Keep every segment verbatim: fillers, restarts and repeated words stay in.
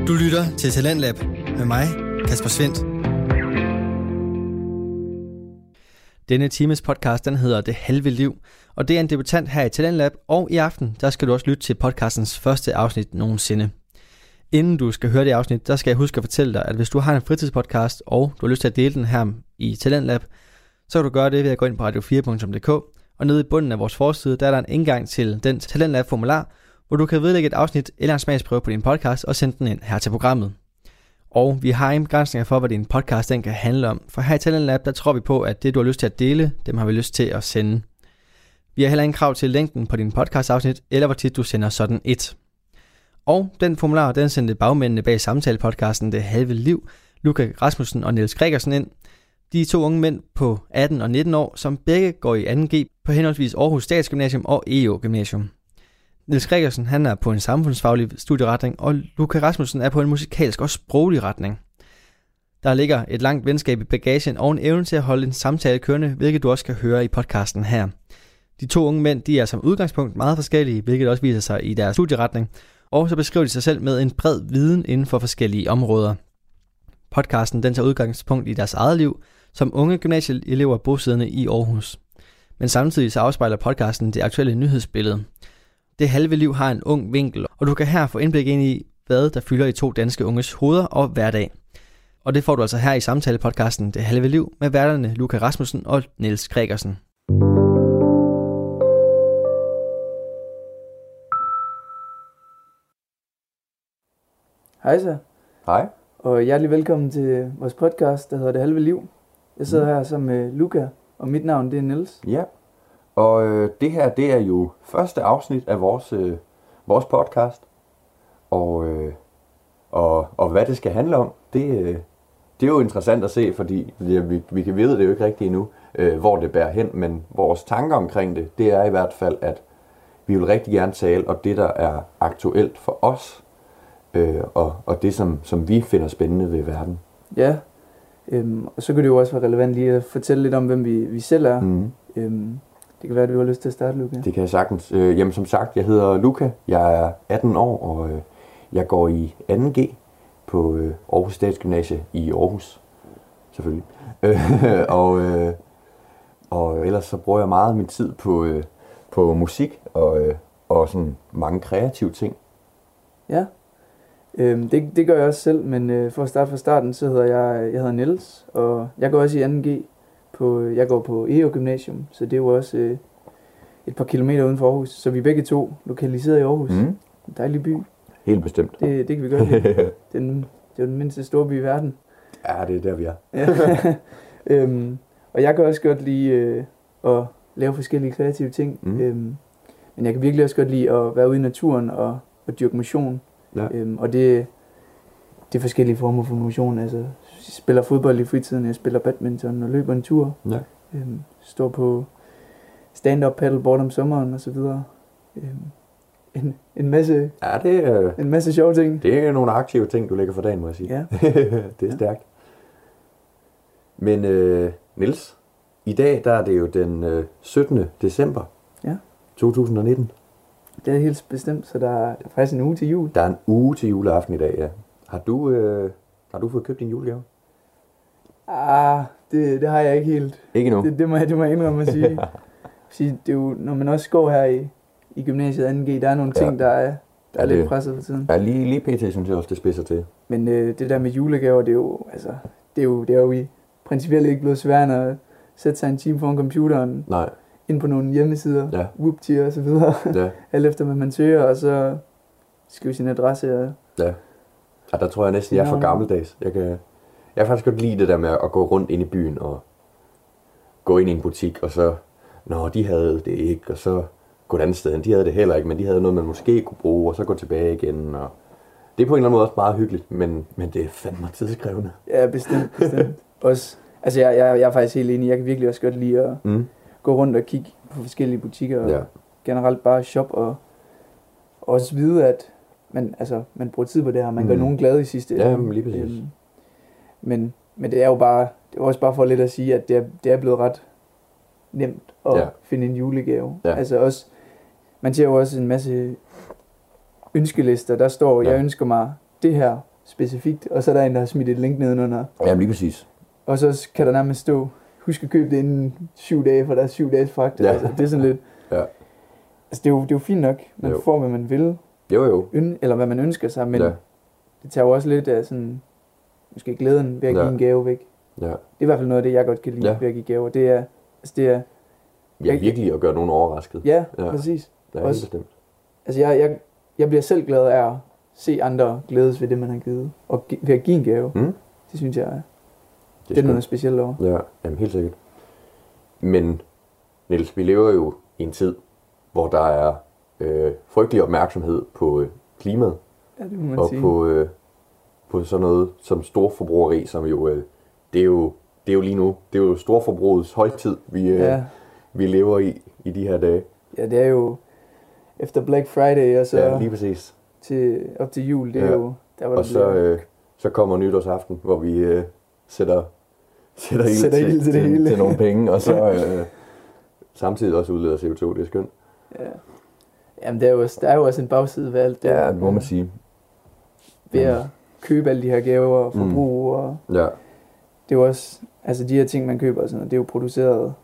Du lytter til Talentlab med mig, Kasper Svendt. Denne times podcast, den hedder Det Halve Liv, og det er en debutant her i Talentlab, og i aften, der skal du også lytte til podcastens første afsnit nogensinde. Inden du skal høre det afsnit, der skal jeg huske at fortælle dig, at hvis du har en fritidspodcast, og du har lyst til at dele den her i Talentlab, så kan du gøre det ved at gå ind på radio fire punktum d k, og nede i bunden af vores forside, der er der en indgang til den Talentlab-formular, hvor du kan vedlægge et afsnit eller en smagsprøve på din podcast og sende den ind her til programmet. Og vi har ingen begrænsninger for, hvad din podcast den kan handle om, for her i Talentlab, der tror vi på, at det du har lyst til at dele, dem har vi lyst til at sende. Vi har heller ingen krav til længden på din podcast-afsnit, eller hvor tit du sender sådan et. Og den formular, den sendte bagmændene bag samtalepodcasten Det Halve Liv, Luca Rasmussen og Niels Gregersen ind. De er to unge mænd på atten og nitten år, som begge går i anden G på henholdsvis Aarhus Statsgymnasium og E O Gymnasium. Niels Gregersen, han er på en samfundsfaglig studieretning, og Luca Rasmussen er på en musikalsk og sproglig retning. Der ligger et langt venskab i bagagen og en evne til at holde en samtale kørende, hvilket du også kan høre i podcasten her. De to unge mænd, de er som udgangspunkt meget forskellige, hvilket også viser sig i deres studieretning, og så beskriver de sig selv med en bred viden inden for forskellige områder. Podcasten den tager udgangspunkt i deres eget liv, som unge gymnasieelever bosiddende i Aarhus. Men samtidig så afspejler podcasten det aktuelle nyhedsbillede. Det Halve Liv har en ung vinkel, og du kan her få indblik ind i, hvad der fylder i to danske unges hoveder og hverdag. Og det får du altså her i samtalepodcasten Det Halve Liv med værterne Luca Rasmussen og Niels Gregersen. Hej så. Hej. Og hjertelig velkommen til vores podcast, der hedder Det Halve Liv. Jeg sidder mm. her sammen med Luca, og mit navn det er Niels. Ja, og øh, det her det er jo første afsnit af vores, øh, vores podcast. Og, øh, og, og hvad det skal handle om, det, øh, det er jo interessant at se, fordi det, vi, vi kan vide det jo ikke rigtigt endnu, øh, hvor det bærer hen. Men vores tanker omkring det, det er i hvert fald, at vi vil rigtig gerne tale om det, der er aktuelt for os. Øh, og, og det, som, som vi finder spændende ved verden. Ja, øhm, og så kan det jo også være relevant lige at fortælle lidt om, hvem vi, vi selv er. Mm. Øhm, det kan være, at du har lyst til at starte, Luca. Det kan jeg sagtens. Øh, jamen som sagt, jeg hedder Luca, jeg er atten år, og øh, jeg går i anden G på øh, Aarhus Statsgymnasium i Aarhus, selvfølgelig. og, øh, og ellers så bruger jeg meget af min tid på, øh, på musik og, øh, og sådan mange kreative ting. Ja. Øhm, det, det gør jeg også selv, men øh, for at starte fra starten, så hedder jeg, jeg hedder Niels, og jeg går også i anden G, på, jeg går på E O Gymnasium, så det er jo også øh, et par kilometer uden for Aarhus, så vi er begge to lokaliseret i Aarhus. Mm. En dejlig by. Helt bestemt. Det, det kan vi gøre. den, det er jo den mindste store by i verden. Ja, det er der vi er. ja. øhm, og jeg kan også godt lide øh, at lave forskellige kreative ting, mm. øhm, men jeg kan virkelig også godt lide at være ude i naturen og, og dyrke motion. Ja. Øhm, og det, det er forskellige former for motion. Altså, jeg spiller fodbold i fritiden, jeg spiller badminton og løber en tur. Ja. Øhm, står på stand-up paddleboard om sommeren og så videre. Øhm, en, en masse ja, det er, en masse sjove ting. Det er nogle aktive ting, du lægger for dagen, må jeg sige. Ja. det er ja. Stærkt. Men øh, Niels, i dag der er det jo den øh, syttende december ja. to tusind og nitten. Det er helt bestemt, så der er faktisk en uge til jul. Der er en uge til juleaften i dag, ja. Har du, øh, har du fået købt din julegave? Ah, det, det har jeg ikke helt. Ikke nu? Det, det, må, jeg, det må jeg indrømme at sige. sige. Det er jo, når man også går her i, i gymnasiet anden G, der er nogle ja. ting, der er, der er ja, lidt det, presset for tiden. Ja, lige, lige pt. Synes jeg også, det spidser til. Men øh, det der med julegaver, det er jo, altså, det er jo, det er jo i principielt ikke blevet svært at sætte sig en time foran computeren. Nej. Ind på nogle hjemmesider, ja. Whoopty og så videre, ja. Alt efter hvad man søger, og så skrive sin adresse. Og ja. ja, der tror jeg næsten, jeg er for gammeldags. Jeg kan, jeg kan faktisk godt lide det der med at gå rundt ind i byen og gå ind i en butik, og så, nå, de havde det ikke, og så gå et andet sted, de havde det heller ikke, men de havde noget, man måske kunne bruge, og så gå tilbage igen. Og det er på en eller anden måde også meget hyggeligt, men, men det er fandme tidskrævende. Ja, bestemt, bestemt. også, altså jeg, jeg, jeg er faktisk helt enig, jeg kan virkelig også godt lide at mm. gå rundt og kigge på forskellige butikker, og ja. generelt bare shoppe, og også vide, at man, altså, man bruger tid på det her, man mm. gør nogen glade i sidste ende. Ja, men lige præcis. Øhm, men, men det er jo bare, det er også bare for lidt at sige, at det er, det er blevet ret nemt at ja. finde en julegave. Ja. Altså også, man ser jo også en masse ønskelister, der står, ja. jeg ønsker mig det her specifikt, og så er der en, der har smidt et link nedenunder. Ja, lige præcis. Og så kan der nærmest stå, husk at købe det inden syv dage, for der er syv dages fragt. Ja. Altså, det er sådan lidt... Ja. Altså, det er jo, det er jo fint nok, man jo. får, hvad man vil. Jo, jo. Øn, eller hvad man ønsker sig, men ja. det tager jo også lidt af sådan... Måske glæden ved at give ja. en gave væk. Ja. Det er i hvert fald noget af det, jeg godt kan lide ja. ved at give gaver. Det er... Altså, det er ja, jeg, virkelig at gøre nogen overrasket. Ja, ja. præcis. Det er helt bestemt. Altså, jeg, jeg, jeg bliver selv glad af at se andre glædes ved det, man har givet. Og gi- ved at give en gave. Mm. Det synes jeg er... Det er, det er noget specielt over. Ja, jamen helt sikkert. Men Niels, vi lever jo i en tid, hvor der er øh, frygtelig opmærksomhed på øh, klimaet. Ja, det må man og sige. på, øh, på sådan noget som storforbrugeri, som jo, øh, det er jo, det er jo lige nu, det er jo storforbrugets højtid, vi, øh, ja. vi lever i, i de her dage. Ja, det er jo efter Black Friday, og så ja, lige præcis. Til, op til jul, det er ja. jo... Der var og så, øh, så kommer nytårsaften, hvor vi øh, sætter, sætter, ild sætter til, ild til, det til, hele. til nogle penge, og så øh, samtidig også udleder C O to, det er skønt. Ja. Jamen, der er, jo, der er jo også en bagside ved alt det. Ja, det må man sige. Ved at købe alle de her gaver og forbruge, mm. og ja. det er jo også, altså de her ting, man køber, og sådan noget, det er jo produceret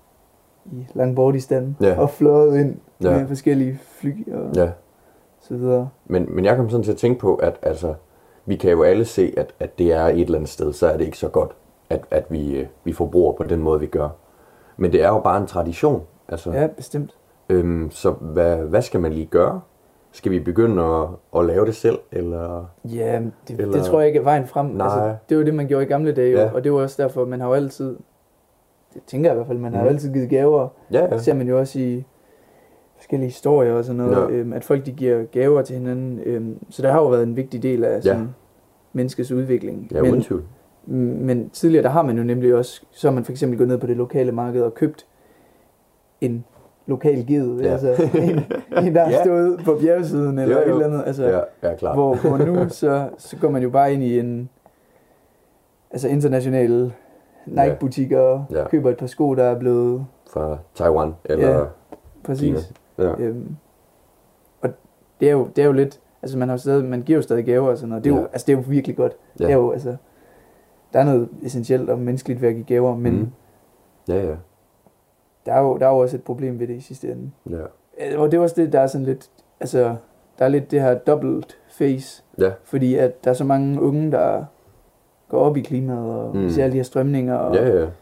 i Langbordistan ja. og fløjet ind ja. med forskellige fly og ja. så videre. Men, men jeg kom sådan til at tænke på, at altså, vi kan jo alle se, at, at det er et eller andet sted, så er det ikke så godt, at, at vi, vi forbruger på den måde, vi gør. Men det er jo bare en tradition. Altså, ja, bestemt. Øhm, så hvad, hvad skal man lige gøre? Skal vi begynde at, at lave det selv? Eller, ja, det, eller? det tror jeg ikke er vejen frem. Nej. Altså, det var det, man gjorde i gamle dage, ja. og det var også derfor, man har jo altid, det tænker jeg i hvert fald, man har mm. altid givet gaver. Ja, ja. Det ser man jo også i forskellige historier og sådan noget, ja. øhm, at folk de giver gaver til hinanden. Øhm, så der har jo været en vigtig del af sådan, ja. menneskets udvikling. Ja, uden tvivl. Men, men tidligere, der har man jo nemlig også, så har man for eksempel gået ned på det lokale marked og købt en lokal ged, ja. altså en, en der har ja. stået på bjergsiden eller jo, jo. et eller andet, altså, ja, ja, klar. Hvor, hvor nu så, så går man jo bare ind i en altså international Nike-butik og ja. køber et par sko, der er blevet fra Taiwan eller ja, præcis. Kina. Ja. Øhm, og det er jo det er jo lidt, altså man har stadig, man giver jo stadig gaver og sådan noget. Det er ja. jo altså det er jo virkelig godt. Ja. Det er jo altså der er noget essentielt og menneskeligt ved at give gaver, men mm. ja ja. Der er, jo, der er jo også et problem ved det i sidste ende. Ja. Og det er også det, der er sådan lidt, altså, der er lidt det her dobbelt face. Ja. Fordi at der er så mange unge, der går op i klimaet, og mm. ser alle de her strømninger. Og ja, ja.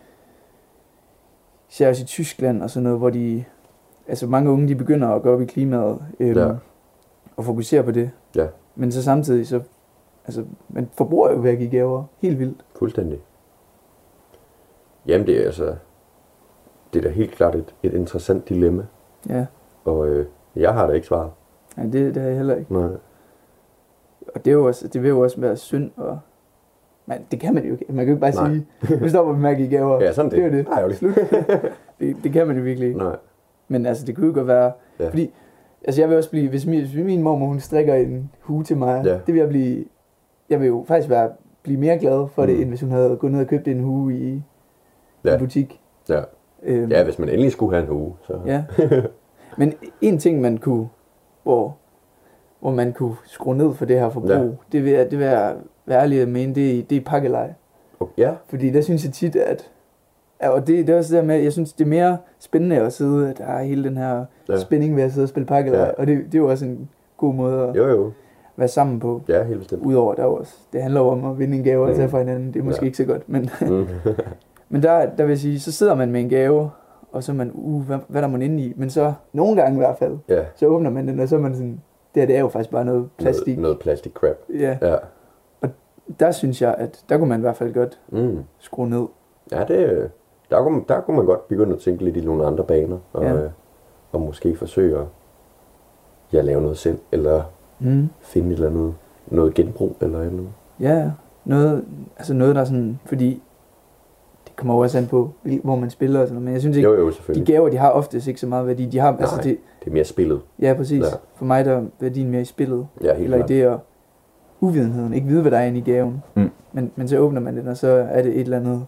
ser også i Tyskland og sådan noget, hvor de, altså mange unge, de begynder at gå op i klimaet, øhm, ja. og fokusere på det. Ja. Men så samtidig, så, altså, man forbruger jo ved at give gaver. Helt vildt. Fuldstændig. Jamen det er altså... Det er da helt klart et, et interessant dilemma. Ja. Og øh, jeg har da ikke svaret. Nej, det, det har jeg heller ikke. Nej. Og det, er jo også, det vil jo også være synd, og man, det kan man jo ikke. Man kan jo ikke bare Nej. sige, nu stopper vi med at give gaver. Ja, sådan det. Det er jo det. Nej, Slut. det, det kan man jo virkelig ikke. Nej. Men altså, det kunne jo godt være, ja. fordi, altså jeg vil også blive, hvis min, hvis min mormor, hun strikker en hue til mig, ja. det vil jeg blive, jeg vil jo faktisk være, blive mere glad for mm. det, end hvis hun havde gået ned og købt en hue i ja. en butik. Ja. Øhm, ja, hvis man endelig skulle have en hue. Så. Ja. Men en ting, man kunne, hvor, hvor man kunne skrue ned for det her forbrug, ja. det vil, det vil jeg være ærlig at mene, det, det er pakkelej. Okay. Ja. Fordi der synes jeg tit, at, og det, det er også det der med, jeg synes, det er mere spændende at sidde, at der er hele den her ja. spænding ved at sidde og spille pakkelej, ja. og det, det er jo også en god måde at jo, jo. være sammen på. Ja, helt bestemt. Udover, der også, det handler jo om at vinde en gave og mm. tage fra hinanden, det er måske ja. ikke så godt, men... mm. Men der, der vil jeg sige, så sidder man med en gave, og så er man, uh, hvad, hvad der man inde i? Men så, nogle gange i hvert fald, ja. så åbner man den, og så er man sådan, det her, det er jo faktisk bare noget plastik. Noget, noget plastik crap. Ja. ja. Og der synes jeg, at der kunne man i hvert fald godt mm. skrue ned. Ja, det, der, kunne, der kunne man godt begynde at tænke lidt i nogle andre baner, og, ja. øh, og måske forsøge at ja, lave noget selv, eller mm. finde et eller andet, noget genbrug, eller et eller andet. Ja, noget, altså noget, der er sådan, fordi det kommer også an på, hvor man spiller og sådan noget, men jeg synes ikke, jo, jo, de gaver, de har oftest ikke så meget værdi. De har, Nej, altså det, det er mere spillet. Ja, præcis. Ja. For mig der er værdien mere i spillet. Ja, helt eller klart. I det og uvidenheden. Ikke vide, hvad der er inde i gaven. Mm. Men, men så åbner man den, og så er det et eller andet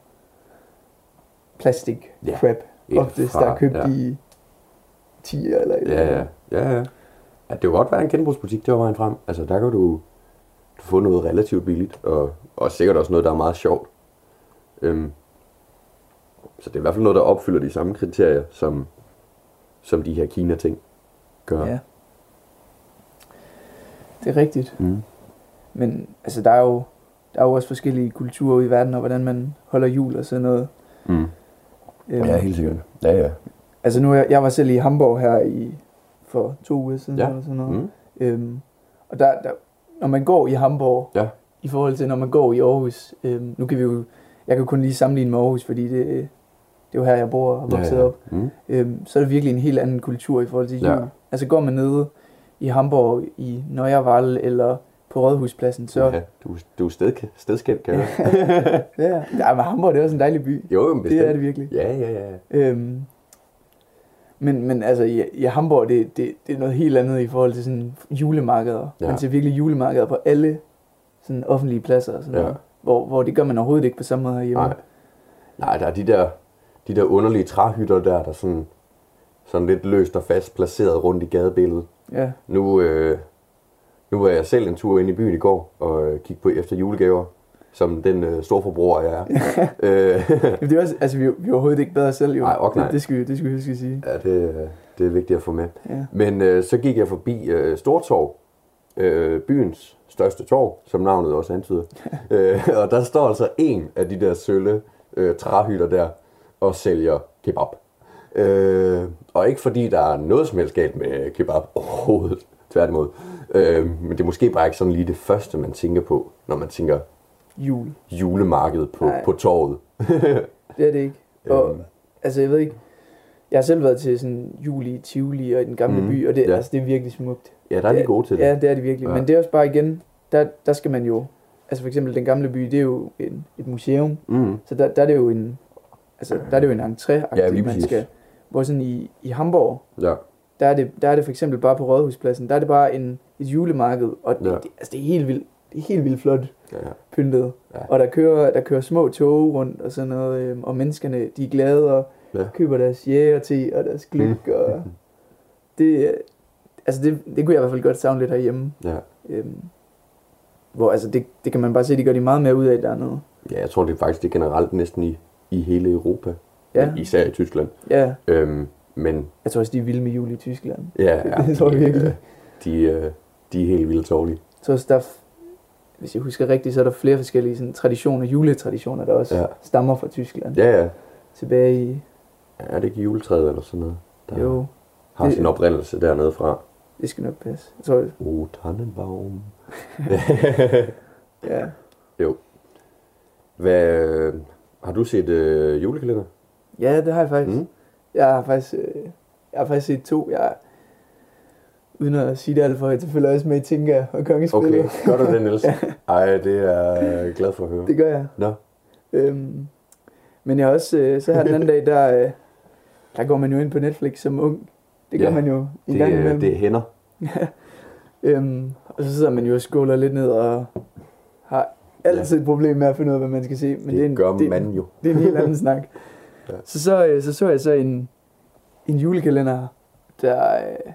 plastik ja. crap. Oftest, der er købt ja. i tier eller et ja, eller andet. Ja, ja, ja. Ja, det kunne godt være en genbrugsbutik, det var vejen frem. Altså, der kan du få noget relativt billigt, og, og sikkert også noget, der er meget sjovt. Øhm, så det er i hvert fald noget, der opfylder de samme kriterier, som, som de her Kina-ting gør. Ja. Det er rigtigt. Mm. Men altså, der er jo der er jo også forskellige kulturer i verden, og hvordan man holder jul og sådan noget. Mm. Øhm, Ja, helt sikkert. Ja, ja. Altså nu, jeg, jeg var selv i Hamburg her i for to uger siden, Ja. eller sådan noget. Mm. Øhm, og der, der, når man går i Hamburg, Ja. i forhold til når man går i Aarhus, øhm, nu kan vi jo, jeg kan kun lige sammenligne med Aarhus, fordi det, det er jo her, jeg bor og har vokset ja, ja. op. Mm. Øhm, så er det virkelig en helt anden kultur i forhold til jul. Ja. Altså går man nede i Hamburg, i Neuerwald eller på Rådhuspladsen, så... Ja, du, du er sted, stedskæmt, kan jeg høre. ja, ja, men Hamburg det er også en dejlig by. Jo, men bestemt. Det er det virkelig. Ja, ja, ja. Øhm, men, men altså i, i Hamburg, det, det, det er noget helt andet i forhold til sådan julemarkeder. Ja. Man ser virkelig julemarkeder på alle sådan offentlige pladser og sådan Ja. noget, hvor, hvor det gør man overhovedet ikke på samme måde herhjemme. Nej. Nej, der er de der, de der underlige træhytter der, der sådan, sådan lidt løst og fast placeret rundt i gadebilledet. Ja. Nu, øh, nu var jeg selv en tur ind i byen i går og øh, kiggede på efter julegaver, som den øh, storforbruger jeg er. øh, Det er også, altså vi, vi er overhovedet ikke bedre selv jo. Nej, ok, nej. det, det, skal vi, det skal vi huske at sige. ja, det, det er vigtigt at få med. Ja. Men øh, så gik jeg forbi øh, Stortorv, øh, byens største torv, som navnet også antyder. øh, og der står altså en af de der sølle øh, træhytter der og sælger kebab. Øh, og ikke fordi der er noget som helst galt med kebab overhovedet, tværtimod. Øh, men det er måske bare ikke sådan lige det første, man tænker på, når man tænker Jul. julemarked på, på torvet. Det er det ikke. Og Øhm. altså jeg ved ikke, jeg har selv været til sådan jul i Tivoli og i den gamle Mhm. by, og det, Ja. altså, det er virkelig smukt. Ja, der er de Det gode til det. Ja, det er det virkelig. Ja. Men det er også bare igen, der, der skal man jo, altså for eksempel den gamle by, det er jo en, et museum, Mm. så der, der er det jo en, altså der er det jo en entré, Ja, lige man præcis. skal, hvor sådan i, i Hamburg, Ja. der er, det, der er det for eksempel bare på Rådhuspladsen, der er det bare en, et julemarked, og det, Ja. det, altså det er helt vildt, det er helt vildt flot Ja, ja. pyntet. Ja. Og der kører, der kører små tog rundt og sådan noget, øhm, og menneskerne, de er glade og Ja. køber deres jægerte og deres gløgg, og det, altså det, det kunne jeg i hvert fald godt savne lidt herhjemme. Ja. Øhm, hvor altså det, det kan man bare se, de gør de meget mere ud af dernede. Ja, jeg tror det er faktisk det er generelt næsten i, i hele Europa. Ja. Men især i Tyskland. Ja, Øhm, men jeg tror også, de er vilde med jul i Tyskland. ja, ja Det tror jeg de, virkelig. øh, de, øh, de er helt vildt tårlige. Så også der, f- hvis jeg husker rigtigt, så er der flere forskellige sådan, traditioner, juletraditioner, der også Ja. ja. stammer fra Tyskland. Ja, ja. Tilbage i, Er det ikke juletræet eller sådan noget, der jo, har det- sin oprindelse dernede fra? det skal nok passe. Jeg tror, O Tannenbaum. ja. Jo. Hvad, øh, har du set øh, julekalender? Ja, det har jeg faktisk. Mm. Mm. Jeg har faktisk, øh, jeg har faktisk set to. Jeg, uden at sige det alt for højt, så følger jeg også med i Tinka og Kongespillet. Okay, gør du det, Niels? Ej, det er jeg glad for at høre. Det gør jeg. Nå, Øhm, men jeg har også, øh, så her den anden dag, der, øh, der går man jo ind på Netflix som ung. Det gør Ja, man jo en det, gang øh, imellem. det hænder. Øhm, og så sidder man jo og scroller lidt ned og har altid et problem med at finde ud af, hvad man skal se. Men Det, det, er en, gør det, man jo. det er en helt anden snak. Ja. Så så, øh, så så jeg så en, en julekalender, der øh,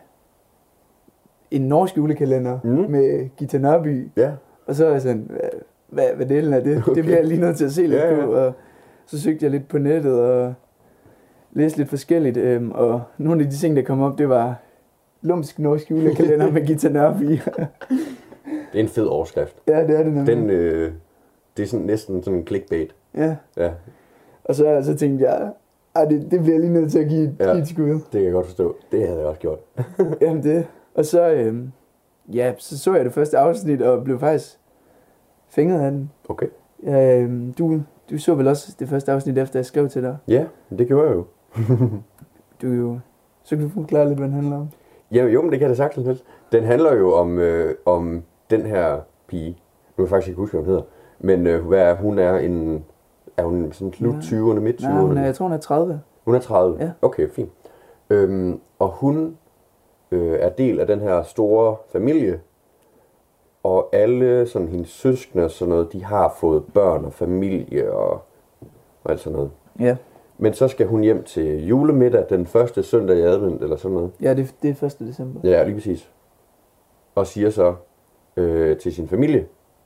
en norsk julekalender Mm. med Gita Nørby. Ja, Og så er jeg sådan, hvad, hvad, hvad delen er det? Okay. Det bliver jeg lige nødt til at se lidt Ja, ja. på. Og så søgte jeg lidt på nettet og læste lidt forskelligt. Øhm, og nogle af de ting, der kom op, det var lumsk norsk julekalender med Gita Nørby. det er en fed overskrift. Ja, det er det nemlig. Den, øh, det er sådan, næsten sådan en clickbait. Ja. Ja, Og så, så tænkte jeg, ah, det, det bliver jeg lige nødt til at give, Ja. ja. give et skud. det kan jeg godt forstå. Det havde jeg også gjort. Jamen det. Og så, øhm, ja, så så jeg det første afsnit og blev faktisk fænget af den. Okay. Ja, øhm, du, du så vel også det første afsnit, efter jeg skrev til dig. Ja, det gjorde jeg jo. Du er jo, så kan du forklare lidt, hvad den handler om. Ja, jo, men det kan jeg da sagtens helst. Den handler jo om, øh, om den her pige. Nu kan jeg faktisk ikke huske, hvad hun hedder. Men øh, hvad er, hun er en... Er hun sådan slut Ja. tyverne, midt Nej, hun tyverne? er, jeg tror, hun er tredive. Hun er tredive? Ja. Okay, fint. Øhm, og hun øh, er del af den her store familie. Og alle sådan hendes søskende og sådan noget, de har fået børn og familie og, og alt sådan noget. Ja, Men så skal hun hjem til julemiddag den første søndag i advent eller sådan noget. ja det, det er første december. Ja, lige præcis. Og siger så øh, til sin familie,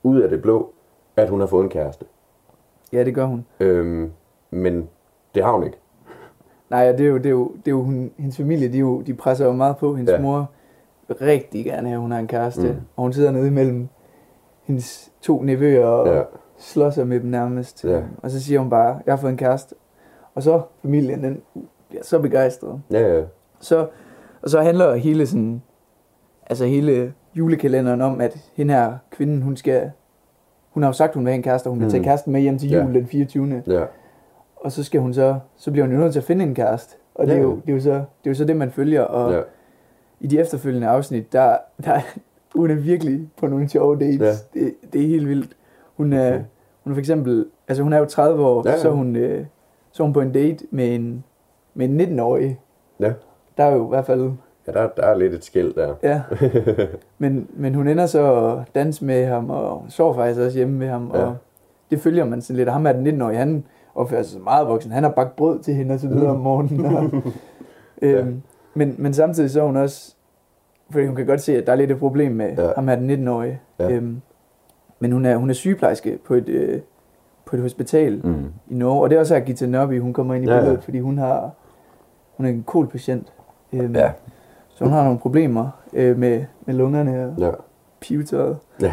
ud af det blå, at hun har fået en kæreste. Ja, det gør hun. Øhm, men det har hun ikke. Nej, det er jo, det er jo, det er jo hun, hendes familie, de, jo, de presser jo meget på. Hendes ja. mor vil rigtig gerne have, at hun har en kæreste. Mm. Og hun sidder nede imellem hendes to nevøer og ja. slår sig med dem nærmest. Ja. Og så siger hun bare, jeg har fået en kæreste. Og så familien, den bliver så begejstret. Ja, ja. Så, og så handler hele sådan, altså hele julekalenderen om, at hende her kvinden, hun skal, hun har jo sagt, hun vil have en kæreste, og hun vil mm. tage kæresten med hjem til jul ja. den fireogtyvende Ja. Og så skal hun så, så bliver hun jo nødt til at finde en kæreste. Og det er, ja. jo, det, er jo så, det er jo så det, man følger. Og ja. i de efterfølgende afsnit, der, der hun er virkelig på nogle sjove dates. Ja. Det, det er helt vildt. Hun er, okay. hun er for eksempel, altså hun er jo tredive år, ja, ja. så hun, øh, så hun på en date med en, med en nitten-årig. Ja. Der er jo i hvert fald... Ja, der, der er lidt et skilt der. Ja, men, men hun ender så at danse med ham, og sover faktisk også hjemme med ham, ja. og det følger man sådan lidt. Og ham er den nitten-årige, han opfører sig meget voksen. Han har bagt brød til hende og så videre om morgenen. Og, øhm, ja. men, men samtidig så er hun også, fordi hun kan godt se, at der er lidt et problem med ja. ham er den nitten-årige. Ja. Øhm, men hun er, hun er sygeplejerske på et, øh, på et hospital mm. i Norge, og det er også her Gita Nørby, hun kommer ind i billedet, ja, ja. fordi hun har hun er en kolpatient. Øhm, ja. Så hun har nogle problemer øh, med, med lungerne og ja. pivetøjet. Ja.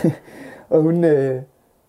og hun, øh,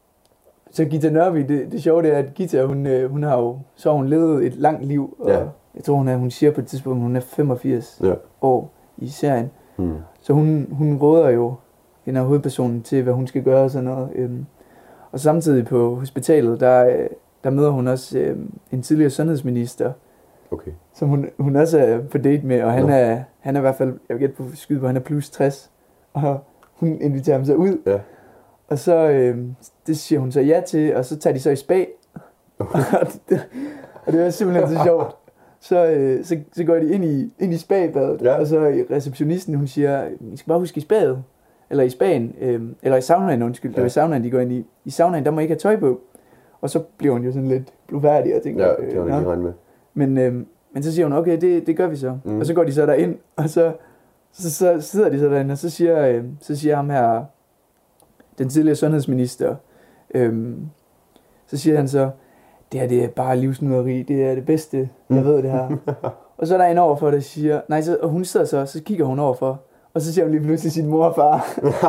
så Gita Nørby, det, det sjove det er, at Gita, hun, øh, hun har jo, så har hun levet et langt liv, og ja. jeg tror, hun, er, hun siger på et tidspunkt, hun er femogfirs ja. år i serien. Mm. Så hun, hun råder jo hende af hovedpersonen til, hvad hun skal gøre og sådan noget. Øhm, og samtidig på hospitalet, der, der møder hun også øh, en tidligere sundhedsminister, okay. som hun, hun også er på date med, og han, no. er, han er i hvert fald, jeg vil gætte på skyde på, han er plus tres, og hun inviterer ham så ud, ja. og så, øh, det siger hun så ja til, og så tager de så i spa, okay. og, det, og det er simpelthen så sjovt. Så, øh, så, så går de ind i, ind i spa-badet, ja. og så receptionisten, hun siger, I skal bare huske i spadet, eller i spagen, øh, eller i saunaen, undskyld, ja. det var i saunaen, de går ind i. I saunaen, der må I ikke have tøj på. Og så bliver hun jo sådan lidt blufærdig og tænker, ja, det var øh, ikke regne med. Men, øh, men så siger hun, okay, det, det gør vi så. Mm. Og så går de så derind, og så, så, så sidder de så derinde, og så siger, øh, så siger ham her, den tidligere sundhedsminister, øh, så siger han så, det her det er bare livsnyderi, det er det bedste, jeg mm. ved det her. Og så er der en overfor, der siger, nej, så, og hun sidder så, så kigger hun overfor, og så siger hun lige pludselig sin mor og far.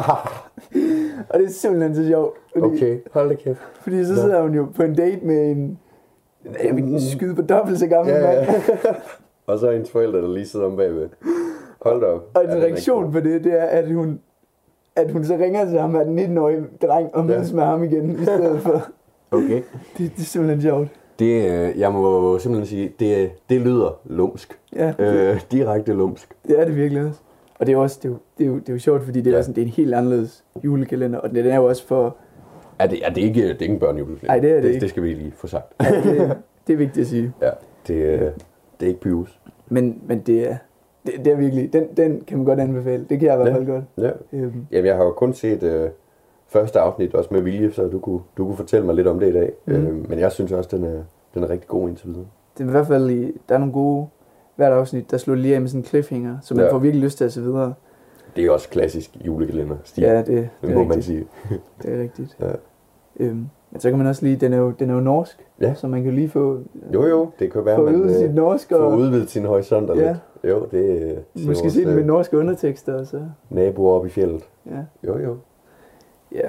og det er simpelthen så sjovt. Fordi, okay, hold da kæft. Fordi så sidder hun jo på en date med en, jeg vil skyde på dobbelt så gammel ja, mand. Ja. og så er hendes forældre, der lige sidder om bagved. Hold da op. Og en reaktion på det, det er, at hun, at hun så ringer til ham af den nitten-årige dreng, og mødes ja. med ham igen, i stedet for. Okay. Det, det er simpelthen sjovt. Det, jeg må simpelthen sige, det, det lyder lumsk. Ja. Øh, direkte lumsk. Det er det virkelig også. Og det er, også, det, er jo, det, er jo, det er jo sjovt, fordi det er, ja. sådan, det er en helt anderledes julekalender, og den er jo også for... Er det, er det, ikke, det er ikke en børnejulekalender? Nej, det er det, det ikke. Det skal vi lige få sagt. Ja, det, det er vigtigt at sige. Ja, det, det er ikke pyrus. Men, men det, er, det, det er virkelig... Den, den kan man godt anbefale. Det kan jeg i hvert fald ja. godt. Ja. Øhm. Jamen, jeg har jo kun set øh, første afsnit også med vilje, så du kunne, du kunne fortælle mig lidt om det i dag. Mm. Øh, men jeg synes også, den er, den er rigtig god indtil videre. Det er i hvert fald... I, der er nogle gode... Hvert afsnit, der slår lige af med sådan en cliffhanger, så man ja. får virkelig lyst til at se videre. Det er også klassisk julekalender stil. Ja, det, det, det må rigtigt. man sige. Det er rigtigt. Ja. Øhm, men så kan man også lige, den er jo, den er jo norsk, ja. så man kan lige få... Jo jo, det kan være, få man udvidet sit norsk og... få udvidet sin horisonter ja. lidt. Jo, det... Måske se den med norske undertekster og så... Naboer op i fjeldet. Ja. Jo jo. Ja.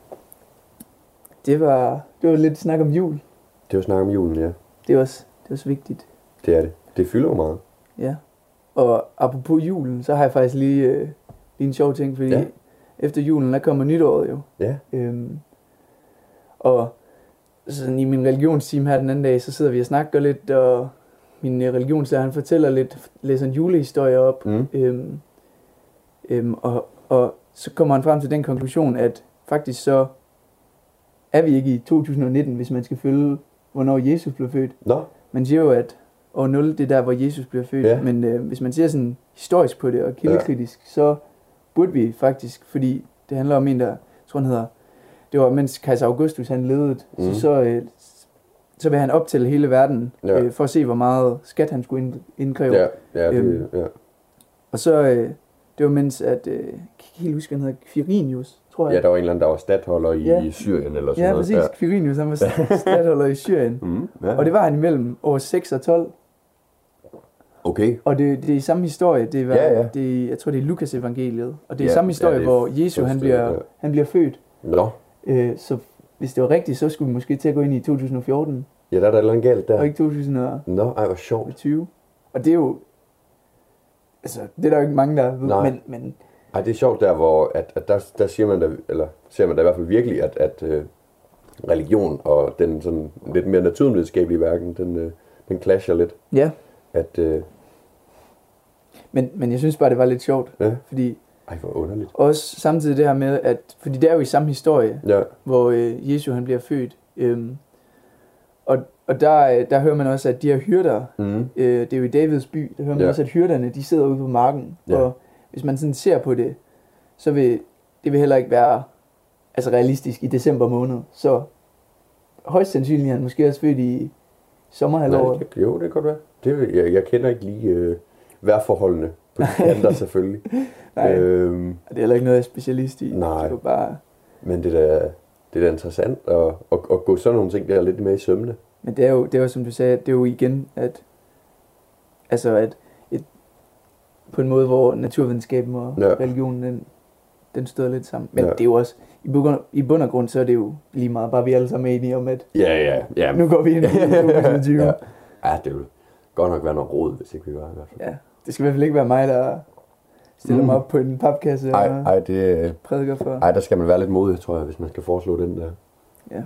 Det var, det var lidt snak om jul. Det var snak om julen, ja. Det er også, det er også vigtigt. Det er det. Det fylder jo meget. Ja. Og apropos julen, så har jeg faktisk lige, øh, lige en sjov ting, fordi ja. efter julen, der kommer nytåret jo. Ja. Øhm, og sådan i min religionsteam her den anden dag, så sidder vi og snakker lidt, og min religionslærer, han fortæller lidt, læser en julehistorie op. Mm. Øhm, øhm, og, og så kommer han frem til den konklusion, at faktisk så er vi ikke i to tusind nitten, hvis man skal følge, hvornår Jesus blev født. Nå. Man siger jo, at år nul, det er der, hvor Jesus bliver født. Ja. Men øh, hvis man ser sådan historisk på det og kildekritisk, ja. så burde vi faktisk, fordi det handler om en, der, jeg tror han hedder, det var mens kejser Augustus han levede, mm. så, så, øh, så vil han optælle hele verden, ja. øh, for at se, hvor meget skat han skulle indkræve. Ja, ja, det, øhm, ja. Og så, øh, det var mens, at, øh, jeg kan ikke helt huske, han hedder Quirinius, tror jeg. Ja, der var en eller anden, der var stadholder i, ja. i Syrien eller sådan ja, noget. Præcis. Ja, præcis. Quirinius, han var stadholder i Syrien. Mm, ja. Og det var han imellem år seks og tolv. Okay. Og det, det er samme historie. Det var, ja, ja. Det, jeg tror, det er Lukas evangeliet. Og det er ja, samme historie, ja, hvor Jesus han bliver, ja. han bliver født. Nå. Øh, så hvis det var rigtigt, så skulle vi måske til at gå ind i to tusind og fjorten. Ja, der er der noget galt der. Og ikke to tusind og tyve. Nå, ej, hvor sjovt. Og det er jo... Altså, det er der jo ikke mange, der ved, men... men ej, det er sjovt der, hvor at, at der, der siger man da, eller ser man da i hvert fald virkelig, at, at uh, religion og den sådan lidt mere naturvidenskabelige verden, den, uh, den clasher lidt. Ja. At, uh, men, men jeg synes bare, det var lidt sjovt, ja. fordi... Ej, hvor underligt. Også samtidig det her med, at... Fordi det er jo i samme historie, ja. hvor øh, Jesus han bliver født. Øhm, og og der, der hører man også, at de her hyrder, mm. øh, det er jo i Davids by, der hører man ja. også, at hyrderne, de sidder ude på marken. Ja. Og hvis man sådan ser på det, så vil det vil heller ikke være altså realistisk i december måned. Så højst sandsynligt er han måske også født i sommerhalvåret. Nej, jo, det kan godt være. Det, jeg, jeg kender ikke lige øh, vejrforholdene på de kanter selvfølgelig. Nej, øhm, det er heller ikke noget, jeg er specialist i. Nej, det bare... men det er da, det er da interessant at, at, at gå sådan nogle ting der lidt mere i sømne. Men det er jo, det er jo som du sagde, det er jo igen, at altså at et, på en måde, hvor naturvidenskaben og ja. religionen, den, den støder lidt sammen. Men ja. det er jo også, i bund, i bund og grund, så er det jo lige meget, bare vi alle sammen er enige om, at ja, ja, ja. nu går vi ind i to tusind og tyve. ja. ja, det vil godt nok være noget råd, hvis ikke vi gør i hvert fald. Ja, det skal i hvert fald ikke være mig, der stiller mm. mig op på en papkasse ej, og ej, det, prædiker for. Ej, der skal man være lidt modig, tror jeg, hvis man skal foreslå den der. Ja.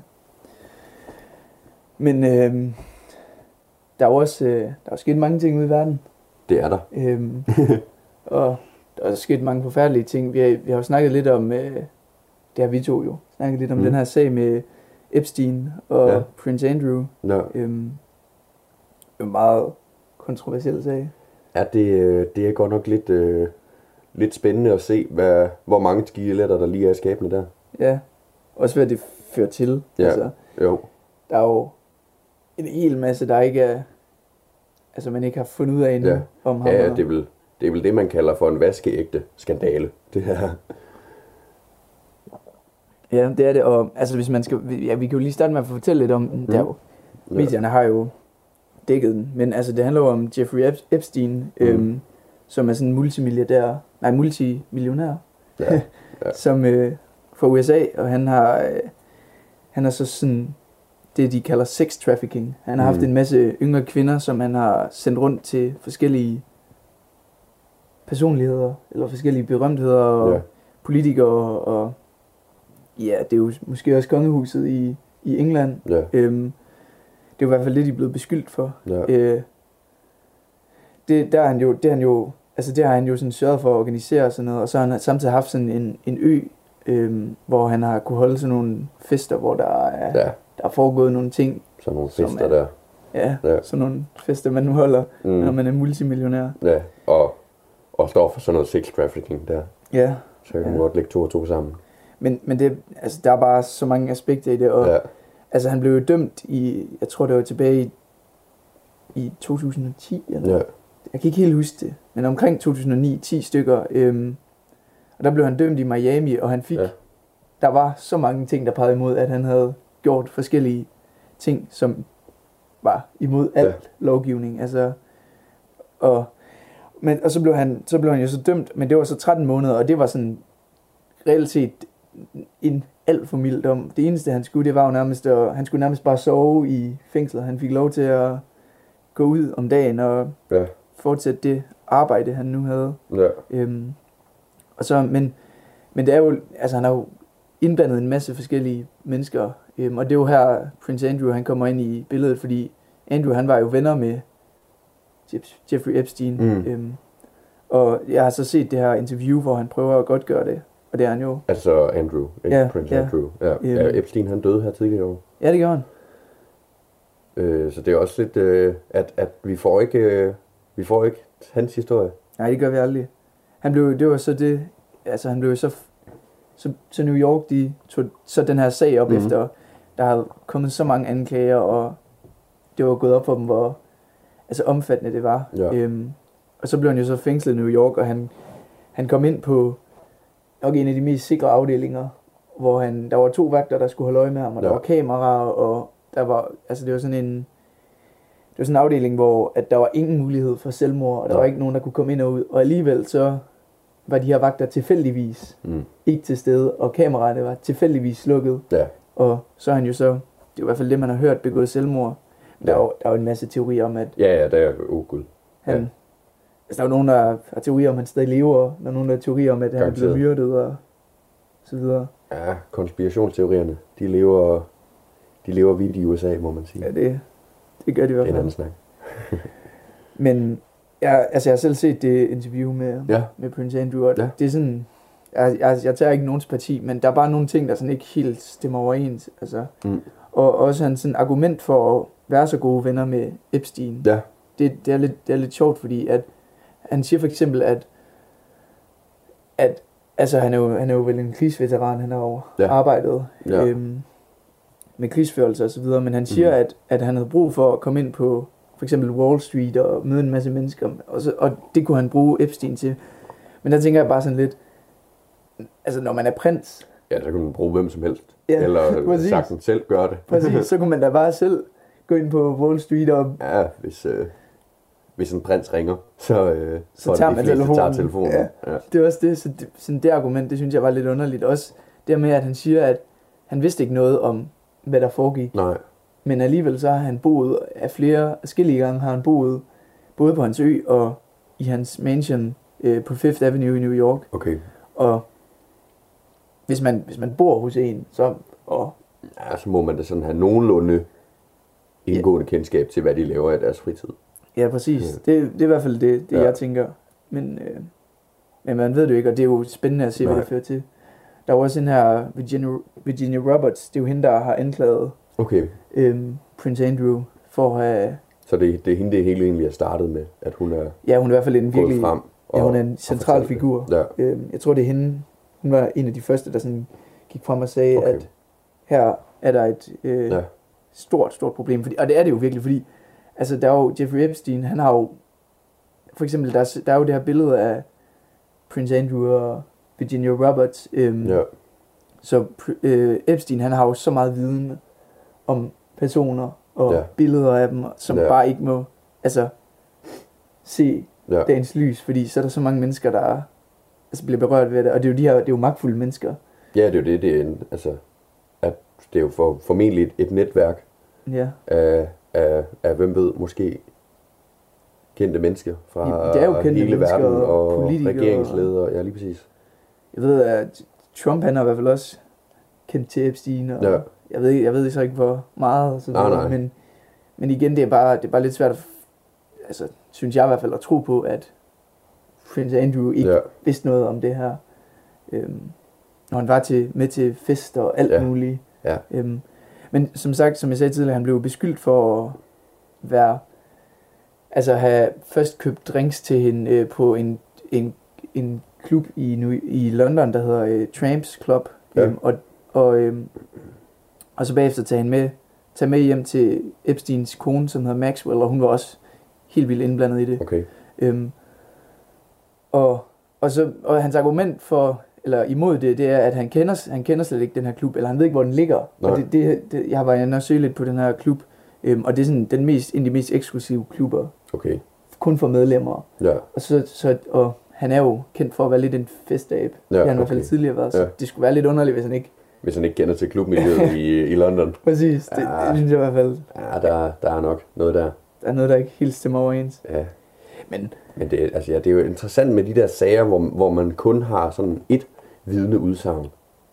Men øh, der er jo også øh, der er sket mange ting ude i verden. Det er der. Øhm, og der er sket mange forfærdelige ting. Vi har, vi har jo snakket lidt om, øh, det har vi to jo, snakket lidt om mm. den her sag med Epstein og ja. Prince Andrew. Ja. Øhm, det er en meget kontroversiel sag. Ja, det, det er godt nok lidt, øh, lidt spændende at se, hvad, hvor mange skeletter der lige er i skabene der. Ja, også hvad det fører til. Ja, altså, jo. Der er jo en hel masse, der ikke er, altså man ikke har fundet ud af endnu ja. om ham. Ja, det er, vel, det er vel det, man kalder for en vaskeægte skandale. Det her. Ja, det er det. Og altså hvis man skal, ja, vi kan jo lige starte med at fortælle lidt om den. Mm. Der jo, ja. Medierne har jo dækket den, men altså det handler jo om Jeffrey Epstein, mm. øhm, som er sådan en multimilliardær, nej multimillionær, ja. Ja. som øh, fra U S A, og han har, øh, han har så sådan det, de kalder sex trafficking. Han har mm. haft en masse yngre kvinder, som han har sendt rundt til forskellige personligheder, eller forskellige berømtheder, og ja. politikere, og ja, det er jo måske også kongehuset i, i England. Ja. Øhm, det er jo i hvert fald det, de er blevet beskyldt for. Ja. Øh, det, der er han jo, det er han jo, altså det har han jo sådan sørget for at organisere sådan noget, og så har han samtidig haft sådan en, en ø, øhm, hvor han har kunne holde sådan nogle fester, hvor der er, ja. der er foregået nogle ting. Sådan nogle fester er, der. Ja, ja, sådan nogle fester, man nu holder, mm. når man er multimillionær. Ja, og, og står for sådan noget sex trafficking der. Ja. Så kan man ja. godt lægge to og to sammen. Men, men det, altså, der er bare så mange aspekter i det, og ja. altså, han blev jo dømt i, jeg tror det var tilbage i, i to tusind og ti, eller? Ja. Jeg kan ikke helt huske det, men omkring to tusind og ni, ti stykker, øhm, og der blev han dømt i Miami, og han fik, ja. der var så mange ting, der pegede imod, at han havde gjort forskellige ting, som var imod alt ja. lovgivning, altså, og, men, og så blev han, så blev han jo så dømt, men det var så tretten måneder, og det var sådan, reelt set, en alt for mild dom. Det eneste han skulle, det var jo nærmest, at han skulle nærmest bare sove i fængslet. Han fik lov til at gå ud om dagen og ja. fortsætte det arbejde, han nu havde. Ja. Øhm, og så, men, men det er jo, altså han har jo indblandet en masse forskellige mennesker, øhm, og det er jo her, Prince Andrew, han kommer ind i billedet, fordi Andrew, han var jo venner med Jeffrey Epstein, mm. øhm, og jeg har så set det her interview, hvor han prøver at godt gøre det, og det er han jo. Altså Andrew, ikke ja, Prince ja. Andrew. Ja. Øhm. Ja, Epstein, han døde her tidligere år. Ja, det gjorde han. Øh, så det er også lidt, øh, at, at vi får ikke, øh, vi får ikke hans historie. Nej, det gør vi aldrig. Han blev, det var så det, altså han blev så, så, så New York, de tog så den her sag op mm-hmm. efter, der havde kommet så mange anklager, og det var gået op for dem, hvor altså omfattende det var. Ja. Øhm, og så blev han jo så fængslet i New York, og han, han kom ind på nok en af de mest sikre afdelinger, hvor han, der var to vagter, der skulle holde øje med ham, og ja. der var kameraer, og der var, altså det var sådan en, det var sådan en afdeling, hvor at der var ingen mulighed for selvmord, og der ja. var ikke nogen, der kunne komme ind og ud, og alligevel så var de her vagter tilfældigvis mm. ikke til stede, og kameraerne var tilfældigvis slukket, ja. og så er han jo så, det er i hvert fald det, man har hørt, begået selvmord. Ja. Der, er jo, der er jo en masse teorier om, at ja, ja, der er jo, oh gud. Han, ja. Altså, der er jo nogen, der har teorier om, at han stadig lever, og der er nogen, der har teorier om, at han er blevet myrdet, og så videre. Ja, konspirationsteorierne, de lever, de lever vidt i U S A, må man sige. Ja, det, det gør de i hvert fald. Det er en anden snak. Men jeg, altså, jeg har selv set det interview med, ja. med Prince Andrew, og ja. det er sådan, jeg, jeg, jeg tager ikke nogens parti, men der er bare nogle ting, der sådan ikke helt stemmer overens. Altså. Mm. Og også hans sådan argument for at være så gode venner med Epstein. Ja. Det, det, er lidt, det er lidt sjovt, fordi at han siger for eksempel, at, at altså, han, er jo, han er jo vel en krigsveteran, han har jo ja. arbejdet ja. Øhm, med krigsførelse og så videre, men han siger, mm. at, at han havde brug for at komme ind på for eksempel Wall Street og møde en masse mennesker, og, så, og det kunne han bruge Epstein til. Men der tænker jeg bare sådan lidt, altså når man er prins... Ja, så kunne man bruge hvem som helst, ja, eller sagtens selv gøre det. Præcis, så kunne man da bare selv gå ind på Wall Street og... Ja, hvis... Øh Hvis en prins ringer, så, øh, så, så tager man telefonen. Tager telefonen. Ja. Ja. Det er også det, så det, sådan det argument, det synes jeg var lidt underligt. Også det med, at han siger, at han vidste ikke noget om, hvad der foregik. Nej. Men alligevel så har han boet af flere forskellige gange, har han boet både på hans ø og i hans mansion øh, på Fifth Avenue i New York. Okay. Og hvis man, hvis man bor hos en, så... Og, ja, så må man da sådan have nogenlunde indgående ja. kendskab til, hvad de laver af deres fritid. Ja, præcis. Ja. Det, det er i hvert fald det, det ja. jeg tænker. Men, øh, men man ved det jo ikke, og det er jo spændende at se, Nej. hvad det fører til. Der er også den her Virginia, Virginia Roberts, det er jo hende, der har anklaget okay. øhm, Prince Andrew for at have... Så det, det er hende, det hele egentlig er startet med, at hun er Ja, hun er i hvert fald en virkelig... frem og, ja, hun er en central figur. Ja. Øhm, jeg tror, det er hende, hun var en af de første, der sådan gik frem og sagde, okay. at her er der et øh, ja. stort, stort problem. Fordi, og det er det jo virkelig, fordi altså, der er jo Jeffrey Epstein, han har jo, for eksempel, der er, der er jo det her billede af Prince Andrew og Virginia Roberts. Øhm, ja. Så øh, Epstein, han har jo så meget viden om personer og ja. billeder af dem, som ja. bare ikke må, altså, se ja. dagens lys, fordi så er der så mange mennesker, der altså, bliver berørt ved det, og det er jo de her, det er jo magtfulde mennesker. Ja, det er jo det, det er en, altså, at det er jo for, formentlig et, et netværk ja. af Af, af, hvem ved, måske kendte mennesker fra ja, det er jo kendte hele verden og, og regeringsledere. Ja, lige præcis. Jeg ved, at Trump, han er i hvert fald også kendt til Epstein, og ja. jeg ved, jeg ved så ikke, hvor meget, og så nej, nej. Men, men igen, det er, bare, det er bare lidt svært, at, altså, synes jeg i hvert fald, at tro på, at Prince Andrew ikke ja. vidste noget om det her. Øhm, når han var til, med til fester og alt ja. muligt. Ja. Øhm, Men som sagt, som jeg sagde tidligere, han blev beskyldt for at være, altså have først købt drinks til hende øh, på en, en, en klub i, New, i London, der hedder øh, Tramps Club, ja. øhm, og, og, øhm, og så bagefter tage hende med, tage med hjem til Epsteins kone, som hedder Maxwell, og hun var også helt vildt indblandet i det. Okay. Øhm, og, og, så, og hans argument for eller imod det, det er, at han kender, han kender slet ikke den her klub, eller han ved ikke, hvor den ligger. Nej. Og det, det, det, jeg har været inde og søge lidt på den her klub, øhm, og det er sådan den mest, en af de mest eksklusive klubber. Okay. Kun for medlemmer. Ja. Og, så, så, og han er jo kendt for at være lidt en festabe. Ja, det har han okay. i hvert fald tidligere været, så ja. det skulle være lidt underligt, hvis han ikke... Hvis han ikke kender til klubmiljøet i, i London. Præcis, det, ja. det synes jeg i hvert fald. Ja, der, der er nok noget der. Der er noget, der ikke helt stemmer overens. Ja. Men, Men det, altså, ja, det er jo interessant med de der sager, hvor, hvor man kun har sådan et vidne udsagn.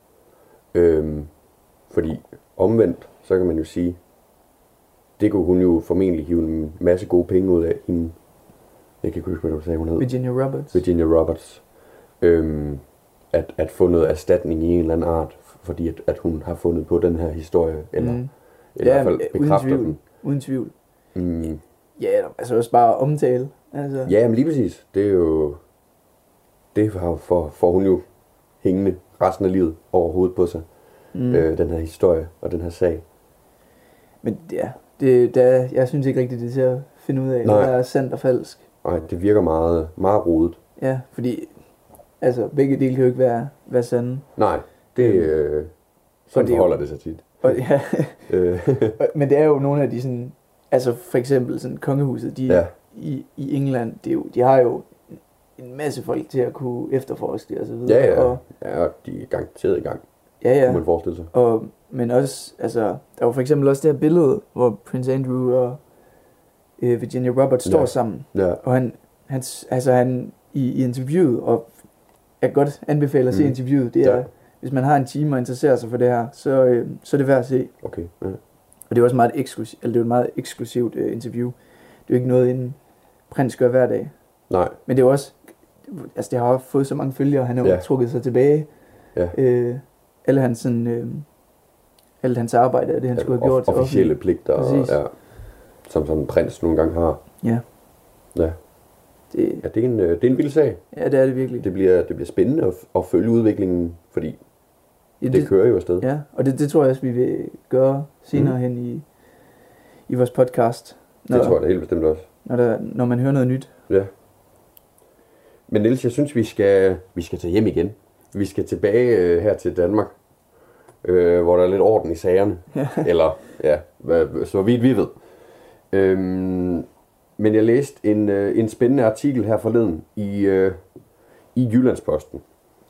Øhm, fordi omvendt, så kan man jo sige, det kunne hun jo formentlig hive en masse gode penge ud af hende. Jeg kan ikke huske, hvad du sagde, hun hed. Virginia Roberts. Virginia Roberts. Øhm, at, at få noget erstatning i en eller anden art, fordi at, at hun har fundet på den her historie, eller, mm. eller ja, i hvert fald bekræfter uden den. Uden tvivl. Mm. Ja, altså også bare omtale. Altså. Ja, men lige præcis. Det er jo, det får, får hun jo hængende resten af livet overhovedet på sig. Mm. Øh, den her historie og den her sag. Men ja, det, der, jeg synes ikke rigtigt, det er til at finde ud af, hvad er sandt og falsk. Nej, det virker meget, meget rodet. Ja, fordi altså begge dele kan jo ikke være, være sande. Nej, det, øh, sådan det forholder jo, det sig tit. Og, ja, men det er jo nogle af de sådan, altså for eksempel sådan kongehuset, de ja. i, i England, det er jo, de har jo en masse folk til at kunne efterforske det og så videre. Ja, ja, og, ja, de er garanteret i gang. Ja, ja. Kunne man forestille sig. Og, men også, altså, der var for eksempel også det her billede, hvor Prince Andrew og øh, Virginia Roberts står ja. sammen. Ja. Og han, han, altså han i, i interviewet, og jeg kan godt anbefale at se mm. interviewet, det er, ja. hvis man har en time og interesserer sig for det her, så, øh, så er det værd at se. Okay. Ja. Og det er også meget eksklusivt, eller det er et meget eksklusivt øh, interview. Det er jo ikke noget, en prins gør hver dag. Nej. Men det er også, altså det har fået så mange følgere, han har jo ja. trukket sig tilbage. Ja. Øh, alle hans sådan, øh, alt hans arbejde, det han ja, skulle have gjort. Officielle pligter, og, ja, som sådan en prins nogle gange har. Ja. Ja. Det, ja, det er en, det er en vild sag. Ja, det er det virkelig. Det bliver, det bliver spændende at, at følge udviklingen, fordi ja, det, det kører jo afsted. Ja, og det, det tror jeg også, vi vil gøre senere mm. hen i, i vores podcast. Når, det tror jeg da helt bestemt også. Når, der, når man hører noget nyt. Ja. Men Niels, jeg synes, vi skal, vi skal tage hjem igen. Vi skal tilbage øh, her til Danmark, øh, hvor der er lidt orden i sagerne. Ja. Eller, ja, hvad, så vidt vi ved. Øhm, men jeg læste en, øh, en spændende artikel her forleden i, øh, i Jyllandsposten.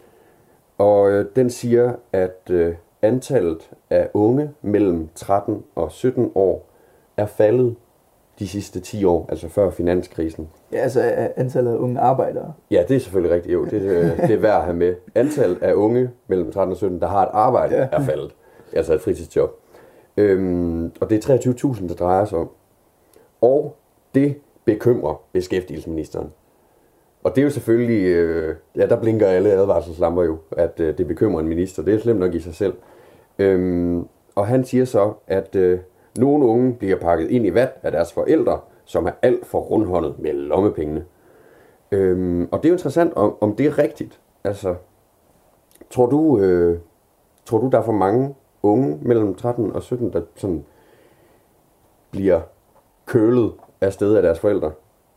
Og øh, den siger, at øh, antallet af unge mellem tretten og sytten år er faldet de sidste ti år, altså før finanskrisen. Ja, altså antallet af unge arbejdere. Ja, det er selvfølgelig rigtigt. Jo, det, det er værd at have med. Antallet af unge mellem tretten og sytten, der har et arbejde, ja. er faldet. Altså et fritidsjob. Øhm, og det er treogtyve tusind, der drejer sig om. Og det bekymrer beskæftigelsesministeren. Og det er jo selvfølgelig, øh, ja, der blinker alle advarselslamper jo, at øh, det bekymrer en minister. Det er slemt nok i sig selv. Øhm, og han siger så, at øh, nogle unge bliver pakket ind i vat af deres forældre, som er alt for rundhåndet med lommepengene. Øhm, og det er jo interessant, om, om det er rigtigt. Altså, tror du, øh, tror du, der er for mange unge mellem tretten og sytten, der sådan bliver kølet af sted af deres forældre?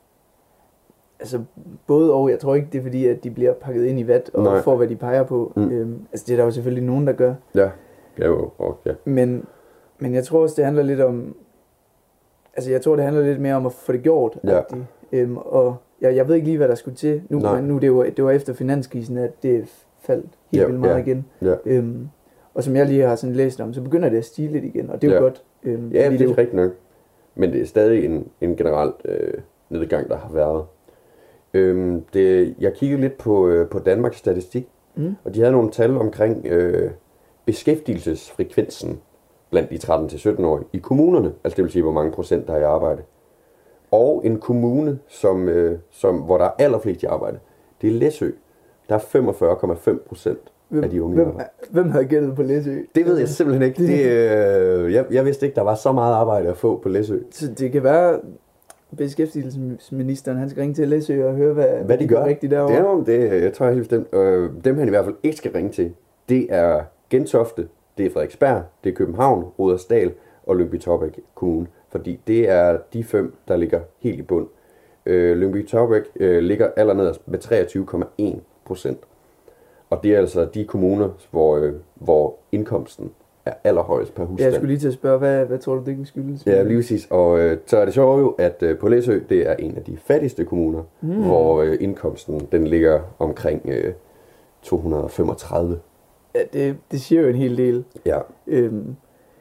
Altså, både og. Jeg tror ikke, det er fordi, at de bliver pakket ind i vat og Nej. får, hvad de peger på. Mm. Øhm, altså, det er der jo selvfølgelig nogen, der gør. Ja, ja jo, og, ja. Men, men jeg tror også, det handler lidt om... Altså, jeg tror, det handler lidt mere om at få det gjort. Ja. Øhm, og jeg, jeg ved ikke lige, hvad der skulle til. Nu, men nu det var det var efter finanskrisen, at det faldt helt ja, vildt meget ja. igen. Ja. Øhm, og som jeg lige har sådan læst om, så begynder det at stige lidt igen, og det er jo ja. godt. Øhm, ja, det er jo rigtigt nok. Men det er stadig en, en generelt øh, nedgang, der har været. Øhm, det, jeg kiggede lidt på, øh, på Danmarks Statistik, mm. og de havde nogle tal omkring øh, beskæftigelsesfrekvensen blandt de tretten til sytten-årige i kommunerne, altså det vil sige, hvor mange procent der er i arbejde. Og en kommune, som, øh, som, hvor der er allerflest i arbejde, det er Læsø. Der er femogfyrre komma fem procent af de unge. Hvem, hvem havde gættet på Læsø? Det ved jeg simpelthen ikke. Det, øh, jeg, jeg vidste ikke, der var så meget arbejde at få på Læsø. Så det kan være, beskæftigelsesministeren, han skal ringe til Læsø og høre, hvad, hvad de, de gør rigtigt derovre. Det er det, jeg tror helt bestemt. Øh, dem han i hvert fald ikke skal ringe til, det er Gentofte, det er Frederiksberg, det er København, Rudersdal og Lyngby-Taarbæk Kommune. Fordi det er de fem, der ligger helt i bund. Øh, Lyngby-Taarbæk øh, ligger allernederst med treogtyve komma en procent. Og det er altså de kommuner, hvor, øh, hvor indkomsten er allerhøjest per husstand. Ja, jeg skulle lige til at spørge, hvad, hvad tror du, det kan skyldes? Ja, lige præcis. Og øh, så er det sjovt jo, at øh, på Læsø, det er en af de fattigste kommuner, mm. hvor øh, indkomsten den ligger omkring øh, to hundrede og femogtredive. Ja, det, det siger jo en hel del. Ja. Øhm,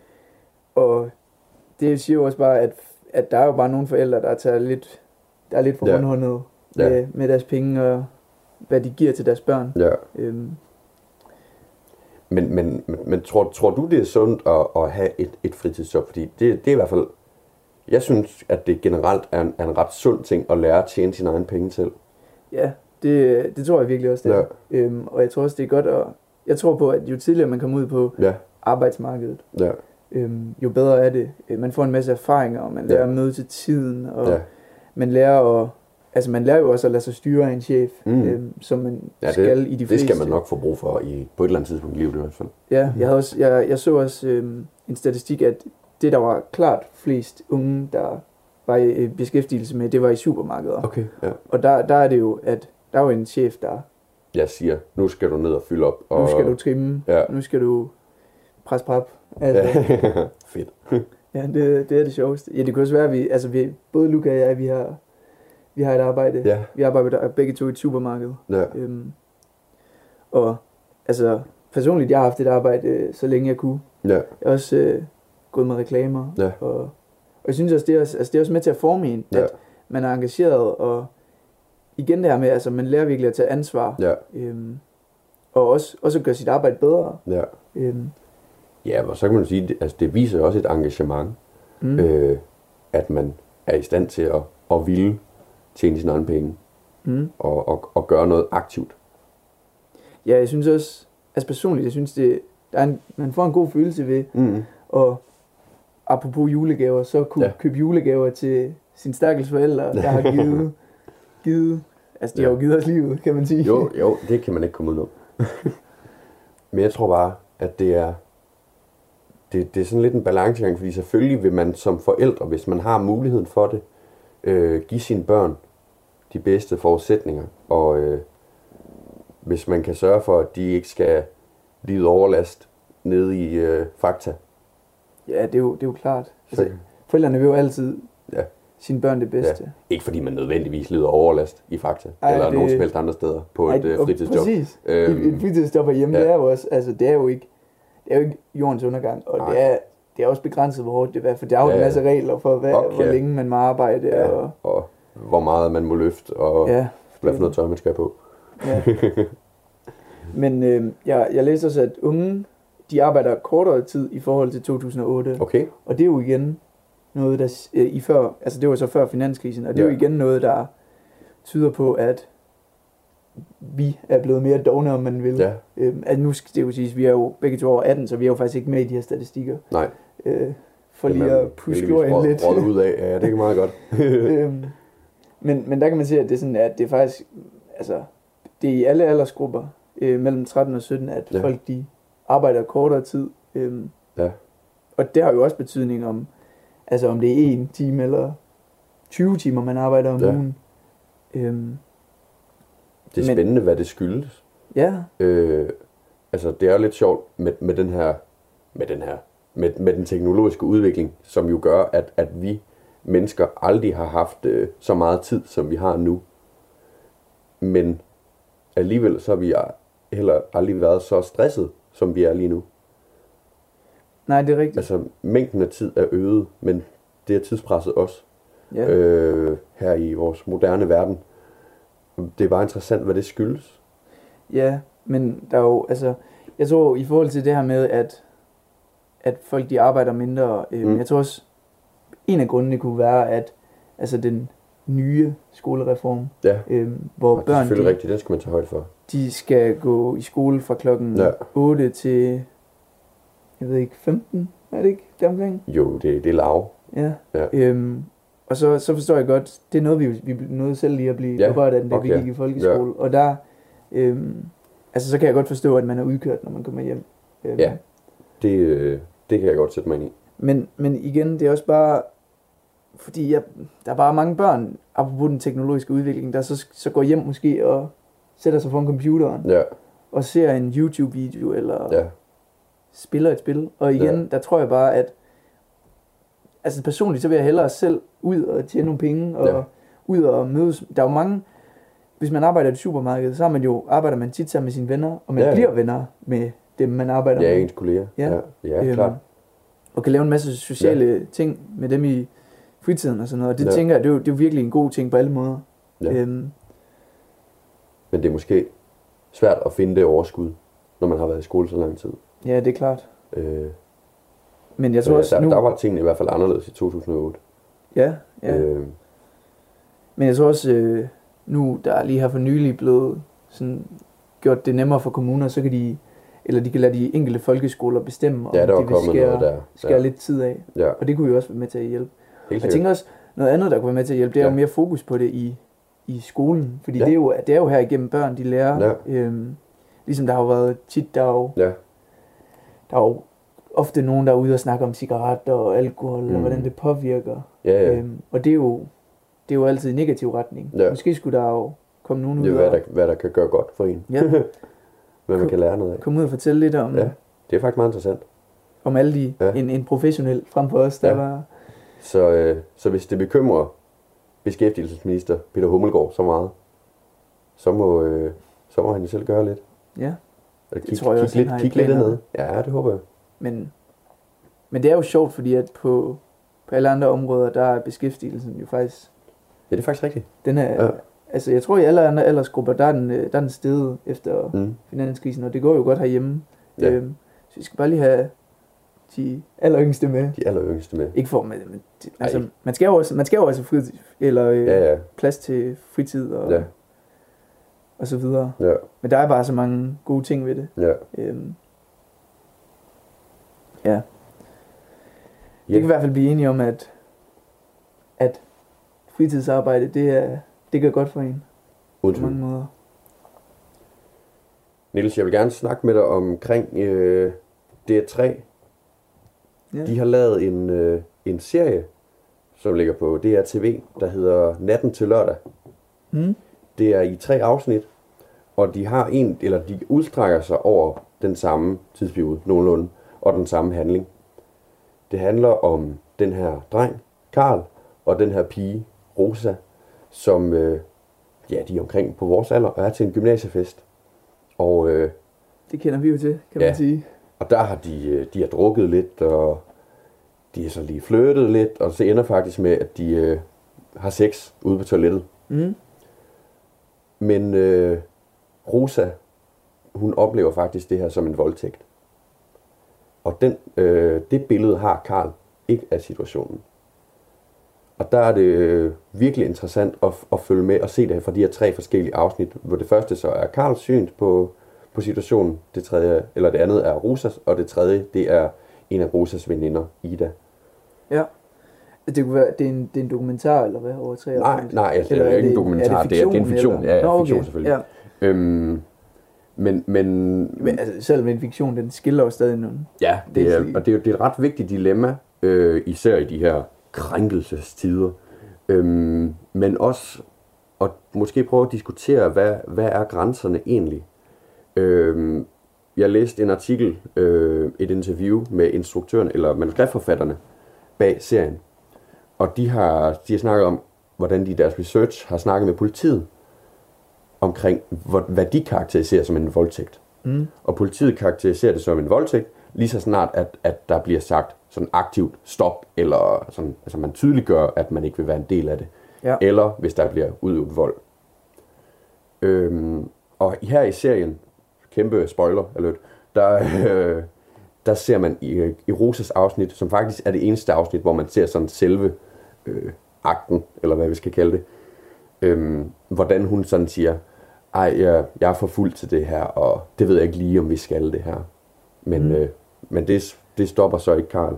og det siger jo også bare, at, at der er jo bare nogle forældre, der tager lidt, der er lidt for ja. rundhåndet med, ja. med deres penge og hvad de giver til deres børn. Ja. Øhm. Men, men, men, men tror, tror du, det er sundt at, at have et, et fritidsjob? Fordi det, det er i hvert fald, jeg synes, at det generelt er en, er en ret sund ting at lære at tjene sine egne penge selv. Ja, det, det tror jeg virkelig også, det er. Ja. Øhm, og jeg tror også, det er godt at, jeg tror på, at jo tidligere man kommer ud på ja. arbejdsmarkedet, ja. Øhm, jo bedre er det. Man får en masse erfaringer, og man lærer ja. at møde til tiden, og ja. man lærer at, altså man lærer jo også at lade sig styre af en chef, mm. øhm, som man ja, det, skal i de fleste. Det skal man nok få brug for i, på et eller andet tidspunkt i livet i hvert fald. Ja, jeg, havde også, jeg, jeg så også øhm, en statistik, at det der var klart flest unge, der var i beskæftigelse med, det var i supermarkeder. Okay, ja. Og der, der er det jo, at der er jo en chef, der jeg siger, nu skal du ned og fylde op. Og, nu skal du trimme, ja. Nu skal du presse pap. Altså, fedt. Ja, det, det er det sjoveste. Ja, det kunne også være, at vi, altså vi, både Luca og jeg, vi har, vi har et arbejde. Ja. Vi arbejder begge to i et supermarked. Ja. Øhm, og altså, personligt, jeg har haft et arbejde, så længe jeg kunne. Ja. Jeg har også øh, gået med reklamer. Ja. Og, og jeg synes også, det er også, altså, det er også med til at forme en, ja. At man er engageret, og igen det her med, altså man lærer virkelig at tage ansvar. Ja. Øhm, og også, også at gøre sit arbejde bedre. Ja. Øhm, Ja, og så kan man sige, det, altså det viser også et engagement, mm. øh, at man er i stand til at, at ville tjene sine egne penge, mm. og, og, og gøre noget aktivt. Ja, jeg synes også, altså personligt, jeg synes, det, der er en, man får en god følelse ved, mm. og apropos julegaver, så kunne ja. købe julegaver til sine stakkels forældre, der har givet, givet altså de ja. har jo givet os livet, kan man sige. Jo, jo, det kan man ikke komme ud af. Men jeg tror bare, at det er, Det, det er sådan lidt en balancegang, fordi selvfølgelig vil man som forældre, hvis man har muligheden for det, øh, give sine børn de bedste forudsætninger. Og øh, hvis man kan sørge for, at de ikke skal lide overlast nede i øh, Fakta. Ja, det er jo, det er jo klart. Altså, forældrene vil jo altid ja. sine børn det bedste. Ja. Ikke fordi man nødvendigvis lider overlast i Fakta, ej, eller det, nogen som helst andre steder på ej, et øh, fritidsjob. Præcis. Øhm, et fritidsjob herhjemme, ja. det er jo også, altså det er jo ikke, det er jo ikke jordens undergang, og det er, det er også begrænset, hvor hårdt det er, for der er jo ja, en masse regler for, hvad, okay. hvor længe man må arbejde. Ja, og, og hvor meget man må løfte, og ja, hvad for noget tøj man skal på. Ja. Men øh, jeg, jeg læste også, at unge, de arbejder kortere tid i forhold til to tusind og otte. Okay. Og det er jo igen noget, der øh, i før, altså det var så før finanskrisen, og det er ja. jo igen noget, der tyder på, at vi er blevet mere dogne, om man vil. Ja. Øhm, altså nu skal det jo siges, vi er jo begge to over atten, så vi er jo faktisk ikke med i de her statistikker. Nej. Øh, for lige at puske en lidt. Råd ud af, ja, det er meget godt. øhm, men, men der kan man se, at det er sådan, at det er faktisk, altså, det er i alle aldersgrupper, øh, mellem tretten og sytten, at ja. folk, de arbejder kortere tid. Øh, ja. Og det har jo også betydning om, altså om det er en time eller tyve timer, man arbejder om ja. ugen. Øh, Det er spændende, men, hvad det skyldes. Ja. Øh, altså, det er lidt sjovt med, med den her, med den her, med, med den teknologiske udvikling, som jo gør, at, at vi mennesker aldrig har haft øh, så meget tid, som vi har nu. Men alligevel så har vi heller aldrig været så stresset, som vi er lige nu. Nej, det er rigtigt. Altså, mængden af tid er øget, men det er tidspresset også. Ja. Øh, her i vores moderne verden. Det er bare interessant, hvad det skyldes. Ja, men der er jo, altså, jeg tror i forhold til det her med, at, at folk de arbejder mindre, øh, mm. jeg tror også, en af grundene kunne være, at altså den nye skolereform, ja. øh, hvor og børn, det er selvfølgelig de, rigtigt, den skal man tage højde for. De skal gå i skole fra klokken ja. otte til, jeg ved ikke, femten, er det ikke deromkring? Jo, det, det er lav. Ja, ja. Øhm, og så, så forstår jeg godt, det er noget, vi, vi nåede selv lige at blive ja, berørt af, da okay. vi gik i folkeskole. Ja. Og der, øhm, altså så kan jeg godt forstå, at man er udkørt, når man kommer hjem. Øhm, ja, det, øh, det kan jeg godt sætte mig ind i. Men, men igen, det er også bare, fordi jeg, der er bare mange børn, apropos den teknologiske udvikling, der så, så går hjem måske og sætter sig foran computeren. Ja. Og ser en YouTube-video, eller ja. spiller et spil. Og igen, ja. der tror jeg bare, at altså personligt, så vil jeg hellere selv ud og tjene nogle penge, og ja. ud og mødes. Der er jo mange, hvis man arbejder i et supermarked, så har man jo, arbejder man tit sammen med sine venner, og man ja, bliver venner med dem, man arbejder ja, med. Ja, ens kolleger. Ja, ja øhm, klart. Og kan lave en masse sociale ja. ting med dem i fritiden og sådan noget. Og det ja. tænker jeg, det er, jo, det er jo virkelig en god ting på alle måder. Ja. Øhm, Men det er måske svært at finde det overskud, når man har været i skole så lang tid. Ja, det er klart. Øh, Men jeg tror også der, nu... der var tingene i hvert fald anderledes i to tusind og otte. Ja, ja. Øh, Men jeg tror også, øh, nu der er lige her for nylig blevet sådan, gjort det nemmere for kommuner, så kan de, eller de kan lade de enkelte folkeskoler bestemme, om ja, de vil skære, der. skære ja. lidt tid af. Ja. Og det kunne jo også være med til at hjælpe. Helt jeg tænker også, noget andet, der kunne være med til at hjælpe, det er ja. jo mere fokus på det i, i skolen. Fordi ja. det, er jo, det er jo her igennem børn, de lærer. Ja. Øhm, ligesom der har jo været tit, der er jo, ja. der er jo ofte nogen, der er ude og snakke om cigaretter og alkohol, mm. og hvordan det påvirker. Ja, ja. Øhm, og det er, jo, det er jo altid i negativ retning. Ja. Måske skulle der jo komme nogen ud. Det er, hvad der, hvad der kan gøre godt for en. Ja. Hvad man kom, kan lære noget af. Kom ud og fortælle lidt om, ja, det er faktisk meget interessant. Om alle de, ja. en, en professionel frem for os, der ja. var... Så, øh, så hvis det bekymrer beskæftigelsesminister Peter Hummelgaard så meget, så må, øh, så må han jo selv gøre lidt. Ja, det kig, tror jeg også, lidt, han har kig lidt ned. Ja, det håber jeg. Men, men det er jo sjovt, fordi at på, på alle andre områder, der er beskæftigelsen jo faktisk... Ja, det er faktisk rigtigt. Den er, ja. Altså, jeg tror, i alle andre aldersgrupper, der er den, der er den steget efter mm. finanskrisen, og det går jo godt herhjemme. Ja. Øhm, så vi skal bare lige have de alleryngste med. De alleryngste med. Ikke for, men, men altså, man skal jo også, man skal jo også fritid, eller øh, ja, ja. plads til fritid og, ja. og så videre. Ja. Men der er bare så mange gode ting ved det. Ja. Øhm, ja. Vi kan i hvert fald blive enige om, at, at fritidsarbejde, det, er, det gør godt for en. På mange måder. Niels, jeg vil gerne snakke med dig omkring øh, D R tre. Ja. De har lavet en, øh, en serie, som ligger på D R T V, der hedder Natten til lørdag. Mm. Det er i tre afsnit, og de har en, eller de udstrækker sig over den samme tidsperiode, nogenlunde, og den samme handling. Det handler om den her dreng, Karl, og den her pige, Rosa, som øh, ja, de er omkring på vores alder og er til en gymnasiefest. Og, øh, det kender vi jo til, kan ja, man sige. Og der har de, de har drukket lidt, og de har så lige flirtet lidt, og så ender faktisk med, at de øh, har sex ude på toilettet. Mm. Men øh, Rosa, hun oplever faktisk det her som en voldtægt. Og den, øh, det billede har Karl ikke af situationen. Og der er det øh, virkelig interessant at, at følge med og se det fra de her tre forskellige afsnit, hvor det første så er Karls syn på, på situationen, det tredje, eller det andet er Rosas, og det tredje, det er en af Rosas veninder, Ida. Ja. Det kunne være, det er en, det er en dokumentar, eller hvad, over tre Nej, nej, altså, det er ikke en dokumentar, er det, fiktion, det, er, det er en fiktion, eller? ja, ja, Nå, fiktion okay. selvfølgelig. Ja. Øhm, men, men, men altså, selvom en fiktion, den skiller jo stadig nogen. Ja, det er, og det er, det er et ret vigtigt dilemma, øh, især i de her krænkelsestider. Øhm, men også at måske prøve at diskutere, hvad, hvad er grænserne egentlig? Øhm, jeg læste en artikel, øh, et interview med instruktøren eller manuskriptforfatterne bag serien, og de har, de har snakket om, hvordan de i deres research har snakket med politiet omkring, hvad de karakteriserer som en voldtægt. Mm. Og politiet karakteriserer det som en voldtægt, lige så snart, at, at der bliver sagt sådan aktivt stop, eller sådan, altså man tydeliggør, at man ikke vil være en del af det. Ja. Eller hvis der bliver udøvet vold. Øhm, og her i serien, kæmpe spoiler alert, der, øh, der ser man i, i Rosas afsnit, som faktisk er det eneste afsnit, hvor man ser sådan selve øh, akten, eller hvad vi skal kalde det, øhm, hvordan hun sådan siger, ej, jeg, jeg er for fuld til det her, og det ved jeg ikke lige, om vi skal det her. Men, mm. øh, men det, det stopper så ikke Karl.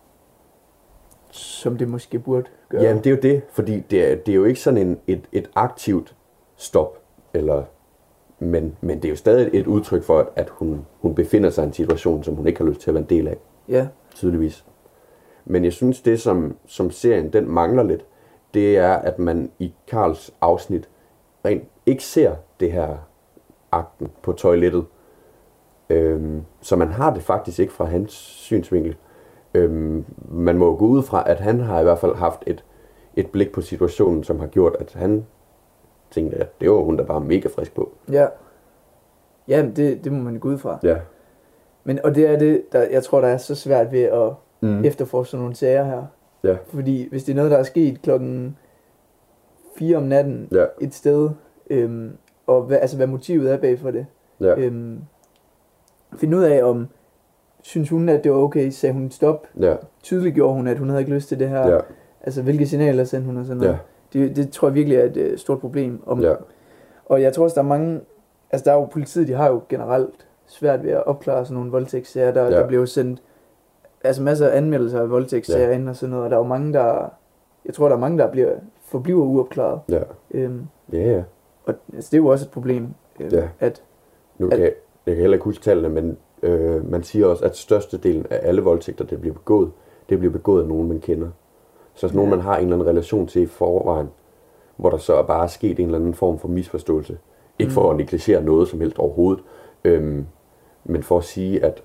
Som det måske burde gøre. Jamen, det er jo det, fordi det er, det er jo ikke sådan en, et, et aktivt stop, eller, men, men det er jo stadig et udtryk for, at hun, hun befinder sig i en situation, som hun ikke har lyst til at være en del af. Ja. Tydeligvis. Men jeg synes, det som, som serien den mangler lidt, det er, at man i Karls afsnit rent ikke ser det her akten på toilettet. Øhm, så man har det faktisk ikke fra hans synsvinkel. Øhm, man må gå ud fra, at han har i hvert fald haft et, et blik på situationen, som har gjort, at han tænkte, at det var hun der bare mega frisk på. Ja. Ja, det, det må man gå ud fra. Ja. Men, og det er det, der, jeg tror, der er så svært ved at mm. efterforske nogle sager her. Ja. Fordi hvis det er noget, der er sket klokken fire om natten ja. et sted, øhm, og hvad, altså, hvad motivet er bag for det. Ja. Øhm, finde ud af, om synes hun, at det var okay, sagde hun stop. Ja. Tydeligt gjorde hun, at hun havde ikke lyst til det her. Ja. Altså, hvilke signaler sendte hun og sådan noget. Ja. Det, det tror jeg virkelig er et uh, stort problem. Om, ja. Og jeg tror også, der er mange, altså der er jo politiet, de har jo generelt svært ved at opklare sådan nogle voldtægtssager. Der, ja. der bliver jo sendt altså masser af anmeldelser af voldtægtssager ja. ind og sådan noget, og der er jo mange, der, jeg tror, der er mange, der bliver, forbliver uopklaret. Ja. Øhm, ja, ja. Og altså, det er jo også et problem, øh, ja. at... Nu kan at, jeg, jeg kan heller ikke huske tallene, men øh, man siger også, at størstedelen af alle voldtægter, det bliver begået, det bliver begået af nogen, man kender. Så sådan ja. nogen, man har en eller anden relation til i forvejen. hvor der så er bare sket en eller anden form for misforståelse. Ikke for at negligere noget som helst overhovedet, øhm, men for at sige, at,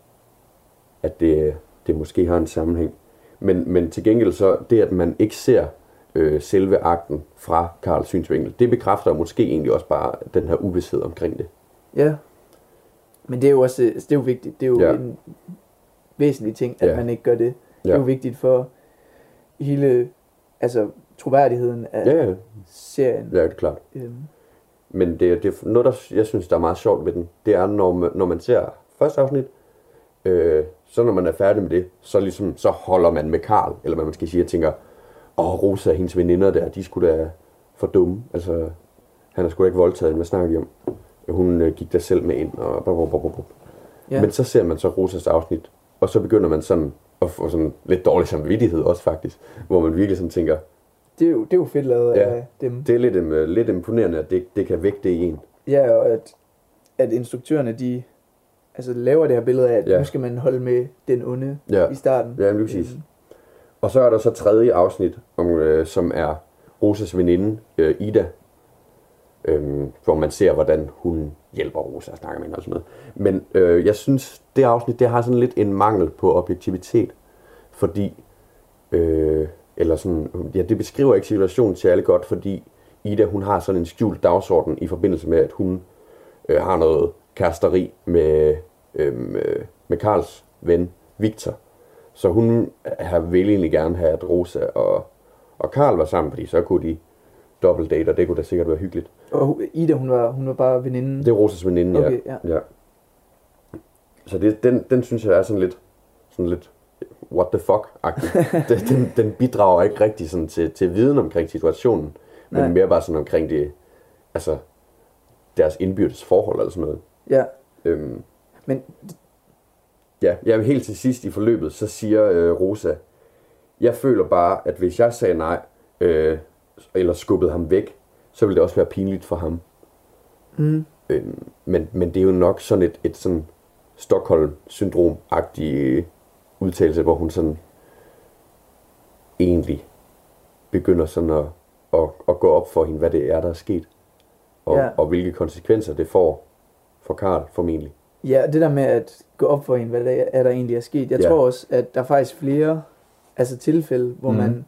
at det, det måske har en sammenhæng. Men, men til gengæld så, det at man ikke ser øh, selve akten fra Karls synsvinkel, det bekræfter måske egentlig også bare den her uvidshed omkring det. Ja, men det er jo også det er jo vigtigt. Det er jo ja. en væsentlig ting, at ja. man ikke gør det. Det er ja. jo vigtigt for hele altså troværdigheden af ja, ja. serien. Ja, det er klart. Øhm. Men det, det noget, der jeg synes, der er meget sjovt ved den, det er, når man, når man ser første afsnit, øh, så når man er færdig med det, så, ligesom, så holder man med Karl, eller hvad man skal sige, og tænker, åh, Rosa og hendes veninder der, de skulle da for dumme. Altså, han er sgu da ikke voldtaget, hvad snakker de om? Hun øh, gik der selv med ind, og blablabla. Ja. Men så ser man så Rosas afsnit, og så begynder man sådan at få sådan lidt dårlig samvittighed også faktisk, hvor man virkelig sådan tænker, det er jo, det er jo fedt lavet ja, af dem. Det er lidt, um, lidt imponerende, at det, det kan vække det i en. Ja, og at, at instruktørerne, de altså, laver det her billede af, at ja. nu skal man holde med den onde ja. i starten. Ja, lige præcis. Mm. Og så er der så tredje afsnit, om, øh, som er Rosas veninde, øh, Ida, øh, hvor man ser, hvordan hun hjælper Rosa og snakker med hende og sådan noget. Men øh, jeg synes, det afsnit, det har sådan lidt en mangel på objektivitet, fordi... Øh, eller sådan, ja, det beskriver ikke situationen til alle godt, fordi Ida, hun har sådan en skjult dagsorden i forbindelse med, at hun øh, har noget kæresteri med, øh, med Karls ven, Victor. Så hun har vel egentlig gerne have, at Rosa og, og Karl var sammen, fordi så kunne de dobbeltdate, og det kunne da sikkert være hyggeligt. Og Ida, hun var, hun var bare veninden? Det er Rosas veninde, okay, ja. ja. ja. Så det, den, den synes jeg er sådan lidt, sådan lidt what the fuck-agtig. den, den bidrager ikke rigtig sådan til, til viden omkring situationen, men Nej. mere bare sådan omkring det, altså deres indbyrdes forhold eller sådan noget. Ja. Øhm, men ja, jeg vil helt til sidst i forløbet, så siger øh, Rosa, jeg føler bare, at hvis jeg sagde nej, øh, eller skubbede ham væk, så ville det også være pinligt for ham. Mm. Øhm, men, men det er jo nok sådan et, et sådan Stockholm-syndrom-agtigt udtalelse, hvor hun sådan egentlig begynder sådan at, at, at gå op for hende, hvad det er, der er sket. Og, ja. og hvilke konsekvenser det får for Karl formentlig. Ja, det der med at gå op for hende, hvad det er, der egentlig er sket. Jeg ja. tror også, at der er faktisk flere altså tilfælde, hvor mm. man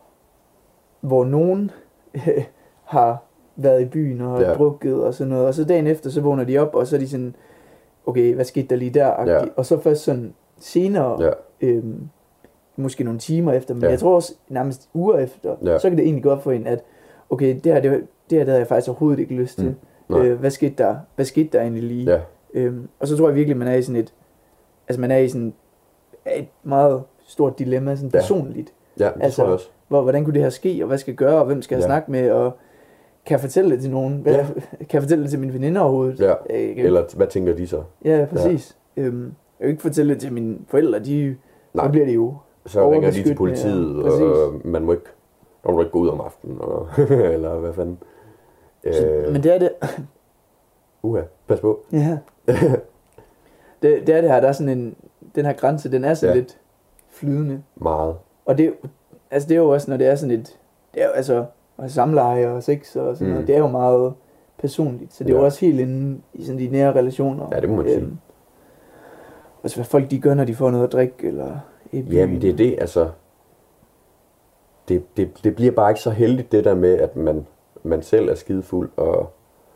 hvor nogen har været i byen og ja. drukket og sådan noget, og så dagen efter, så vågner de op, og så er de sådan, okay, hvad skete der lige der? Ja. Og så først sådan senere, ja. øhm, måske nogle timer efter, men ja. jeg tror også nærmest uger efter, ja. så kan det egentlig gå op for en, at okay, det her, det, det her det havde jeg faktisk overhovedet ikke lyst til. Mm. Øh, hvad skete der? Hvad skete der egentlig lige? Ja. Øhm, og så tror jeg virkelig, man er i sådan et, altså man er i sådan et meget stort dilemma, sådan personligt. Ja, det altså, tror jeg også. Hvor, hvordan kunne det her ske, og hvad skal jeg gøre, og hvem skal jeg ja. snakke med, og kan jeg fortælle det til nogen? Hvad, ja. Kan jeg fortælle det til mine veninder overhovedet? Ja. Eller hvad tænker de så? Ja, præcis. Ja. Øhm, jeg vil ikke fortælle det til mine forældre, de, så bliver de jo så ringer de til politiet, og, og man må ikke, man må ikke gå ud om aftenen, og, eller hvad fanden. Så, øh, men det er det... Uha, pas på. Ja. det, det er det her, der er sådan en, den her grænse, den er sådan ja. lidt flydende. Meget. Og det, altså det er jo også, når det er sådan et, det er jo altså, samleje og sex og sådan mm. noget, det er jo meget personligt, så det er ja. jo også helt inde i sådan de nære relationer. Ja, det må man øhm, sige. Altså hvad folk de gør, når de får noget at drikke, eller i byen. Jamen det er det, altså, det, det, det bliver bare ikke så heldigt det der med, at man, man selv er skidefuld, og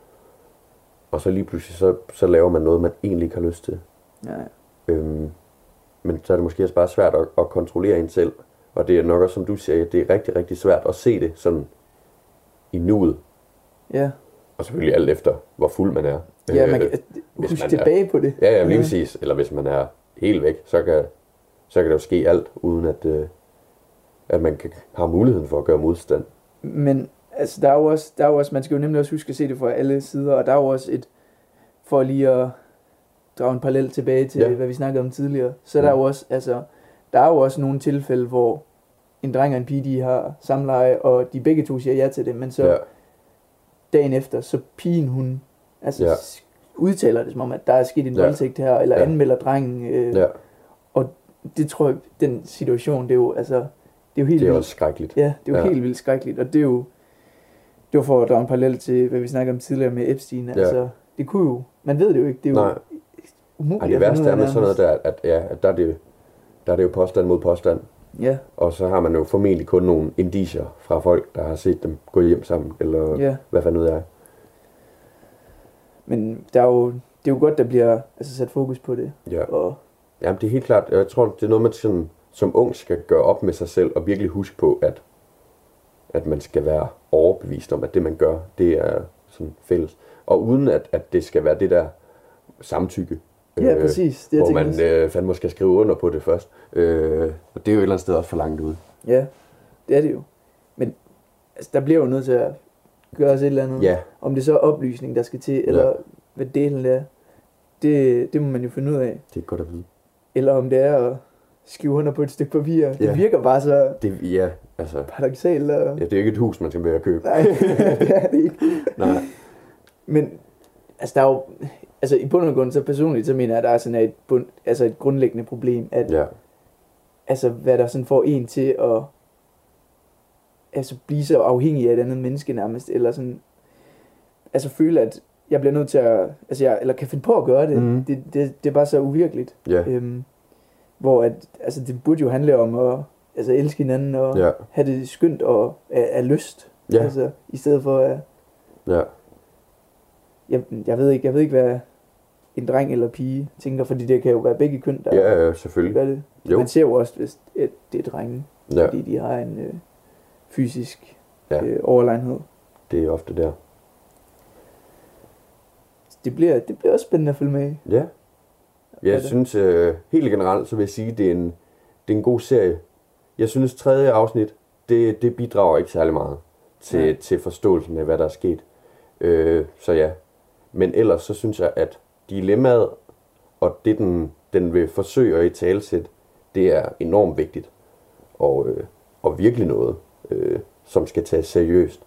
og så lige pludselig, så, så laver man noget, man egentlig ikke har lyst til. Ja. Øhm, men så er det måske også bare svært at, at kontrollere en selv. Og det er nok også, som du siger, det er rigtig, rigtig svært at se det sådan i nuet. Ja. Og selvfølgelig alt efter, hvor fuld man er. Ja, man kan øh, huske man tilbage er, på det. Ja, ja, lige præcis. Eller hvis man er helt væk, så kan, så kan der jo ske alt, uden at, øh, at man kan, har muligheden for at gøre modstand. Men altså, der er jo også, der er jo også, man skal jo nemlig også huske at se det fra alle sider, og der er jo også et, for lige at drage en parallel tilbage til, ja. hvad vi snakkede om tidligere, så ja. der er jo også, altså, der er jo også nogle tilfælde, hvor en dreng og en pige, de har samleje, og de begge to siger ja til det, men så ja. dagen efter, så pigen, hun altså, ja. udtaler det som om, at der er sket en ja. voldtægt her, eller ja. anmelder drengen, øh, ja. og det tror jeg, den situation, det er jo, altså, det er jo helt det er vildt. også skrækkeligt. Ja, det er jo ja. helt vildt skrækkeligt, og det er jo, det var for at drage en parallel til, hvad vi snakkede om tidligere med Epstein. Ja. Altså, det kunne jo, man ved det jo ikke, det er jo Nej. umuligt. Ej, det værste er med sådan noget der, at, ja, at der, er det, der er det jo påstand mod påstand. Ja. Og så har man jo formentlig kun nogle indicier fra folk, der har set dem gå hjem sammen, eller ja. hvad fanden ud af. Men der er jo, det er jo godt, der bliver altså, sat fokus på det. Ja. Og Jamen det er helt klart, jeg tror, det er noget, man sådan, som ung skal gøre op med sig selv, og virkelig huske på, at, at man skal være overbevist om, at det man gør, det er sådan fælles. Og uden at, at det skal være det der samtykke. Ja, øh, præcis. Det hvor man øh, fandme skal skrive under på det først. Øh, og det er jo et eller andet sted også for langt ude. Ja, det er det jo. Men altså, der bliver jo nødt til at gøre os et eller andet. Ja. Om det så er oplysning, der skal til, eller ja. hvad delen er. Det, det må man jo finde ud af. Det er godt at vide. Eller om det er at skrive under på et stykke papir. Det ja. virker bare så det, ja, altså, paradoksalt. Og... Ja, det er ikke et hus, man skal være at købe. Nej, det er det ikke. Nej. Men altså, der er jo... Altså i bund og grund, så personligt, så mener jeg, at der er sådan et, bund, altså et grundlæggende problem, at ja. altså, hvad der sådan får en til at altså, blive så afhængig af et andet menneske nærmest, eller sådan, altså føle, at jeg bliver nødt til at, altså jeg, eller kan finde på at gøre det, mm. det, det, det er bare så uvirkeligt. Yeah. Øhm, hvor at, altså det burde jo handle om at altså, elske hinanden, og yeah. have det skønt og af, af lyst, yeah. altså i stedet for at, ja. jeg, jeg ved ikke, jeg ved ikke, hvad en dreng eller pige tænker, fordi det kan jo være begge køn, der ja, ja, selvfølgelig. gør det. Jo. Man ser jo også, hvis det er drenge, ja. fordi de har en øh, fysisk ja. øh, overlegenhed. Det er ofte der. Det bliver, det bliver også spændende at følge med i. Ja. Jeg synes, øh, helt generelt, så vil jeg sige, det er en, det er en god serie. Jeg synes, tredje afsnit, det, det bidrager ikke særlig meget til, ja. til forståelsen af, hvad der er sket. Øh, så ja. Men ellers, så synes jeg, at dilemmaet, og det den, den vil forsøge at italesætte, det er enormt vigtigt. Og, øh, og virkelig noget, øh, som skal tages seriøst.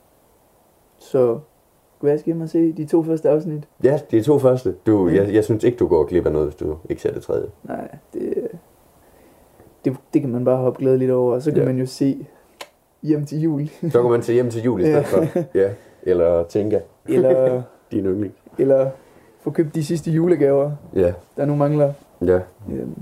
Så hvad skal man se de to første afsnit? Ja, de to første. Du, mm. jeg, jeg synes ikke, du går glip af noget, hvis du ikke ser det tredje. Nej, det, det, det kan man bare hoppe glædeligt over, og så kan ja. man jo se Hjem til jul. Så kan man se Hjem til jul i stedet for. Ja. Eller Tænke. Eller din yndling. Eller få købt de sidste julegaver, ja. der nu mangler. Ja. Øhm,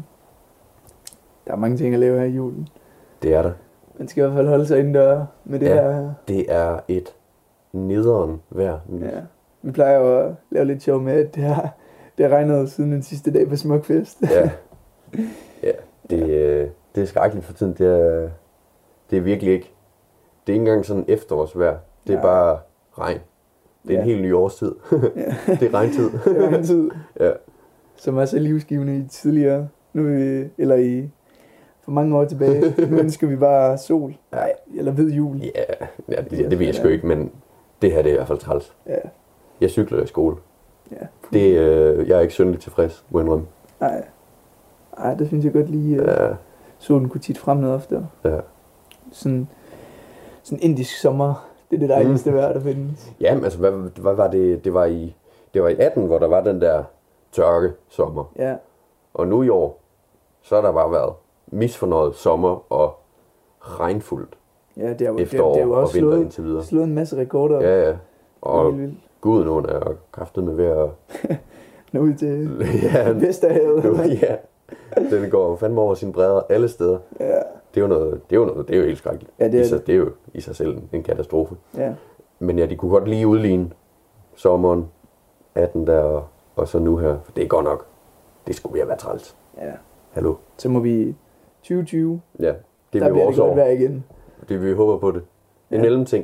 der er mange ting at lave her i julen. Det er der. Man skal i hvert fald holde sig indendør med det ja, her. Det er et nederen vejr. Ja. Vi plejer jo at lave lidt sjov med, at det har, det har regnet siden den sidste dag på Smukfest. ja. Ja. Det, øh, det er skrækkeligt for tiden. Det er, det er virkelig ikke. Det er ikke engang sådan efterårsvejr. Det er ja. bare regn. Det er ja. en helt ny årstid. ja. Det er regntid. det er regntid. ja. Som er så livsgivende i tidligere. Nu vi, eller i for mange år tilbage. Nu ønsker vi bare sol. Nej, eller hvid jul. Ja, ja det, det, det ved jeg sgu ikke, men det her det er i hvert fald træls. Ja. Jeg cykler i skole. Ja. Det, øh, jeg er ikke synderligt tilfreds, må jeg indrømme. Nej. Ej, det synes jeg godt lige, at ja. solen kunne tit frem noget oftere. Ja. Sådan, sådan indisk sommer. Det er det dejligste mm. vejr, der findes. Ja, men altså, hvad, hvad var det? Det var i, det var i atten, hvor der var den der tørke sommer. Ja. Og nu i år, så har der bare været misfornøjet sommer og regnfuldt. Ja, det er jo, efterår det er, det er jo også og vinter slået, indtil videre. slået en masse rekorder. Ja, ja. Og gud, nogen er kraftet med ved at nå ud til ja, Vesterhavet. Nu, ja, den går fandme over sine bredder alle steder. Ja. Det er jo noget, det er jo noget, det er jo helt skrækkeligt. Ja, det er, I sig, det. det er jo i sig selv en katastrofe. Ja. Men ja, de kunne godt lige udligne sommeren atten der, og, og så nu her. For det er godt nok, det skulle ved at være træls. Ja. Hallo. Så må vi tyve tyve. Ja, det der bliver det godt være igen. Det vi håber på det. En ja. mellemting.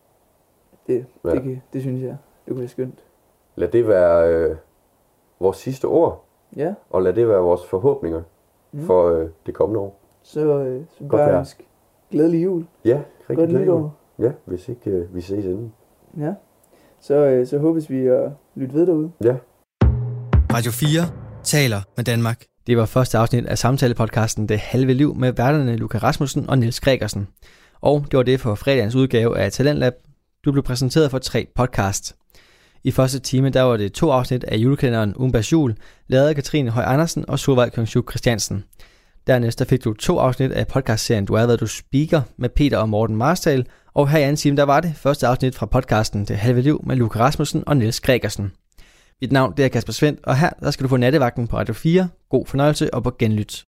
Det, ja. det, det, det synes jeg, det kunne være skønt. Lad det være øh, vores sidste ord. Ja. Og lad det være vores forhåbninger mm. for øh, det kommende år. Så, øh, så bare ønsk glædelig jul. Ja, rigtig glædelig jul. Ja, hvis ikke øh, vi ses inden. Ja, så, øh, så håbes vi at lytte ved derude. Ja. Radio fire taler med Danmark. Det var første afsnit af samtalepodcasten Det Halve Liv med værterne Luca Rasmussen og Niels Gregersen. Og det var det for fredagens udgave af Talentlab. Du blev præsenteret for tre podcasts. I første time der var det to afsnit af julekalenderen Umbas Jul, lavet af Katrine Høj Andersen og Solvejg Kongsjuk Christiansen. Dernæst der fik du to afsnit af podcastserien Du er, hvad du speaker med Peter og Morten Marstal. Og her i anden time, der var det første afsnit fra podcasten Det Halve Liv med Luca Rasmussen og Niels Gregersen. Mit navn det er Kasper Svendt, og her der skal du få nattevagten på Radio fire. God fornøjelse og på genlyt.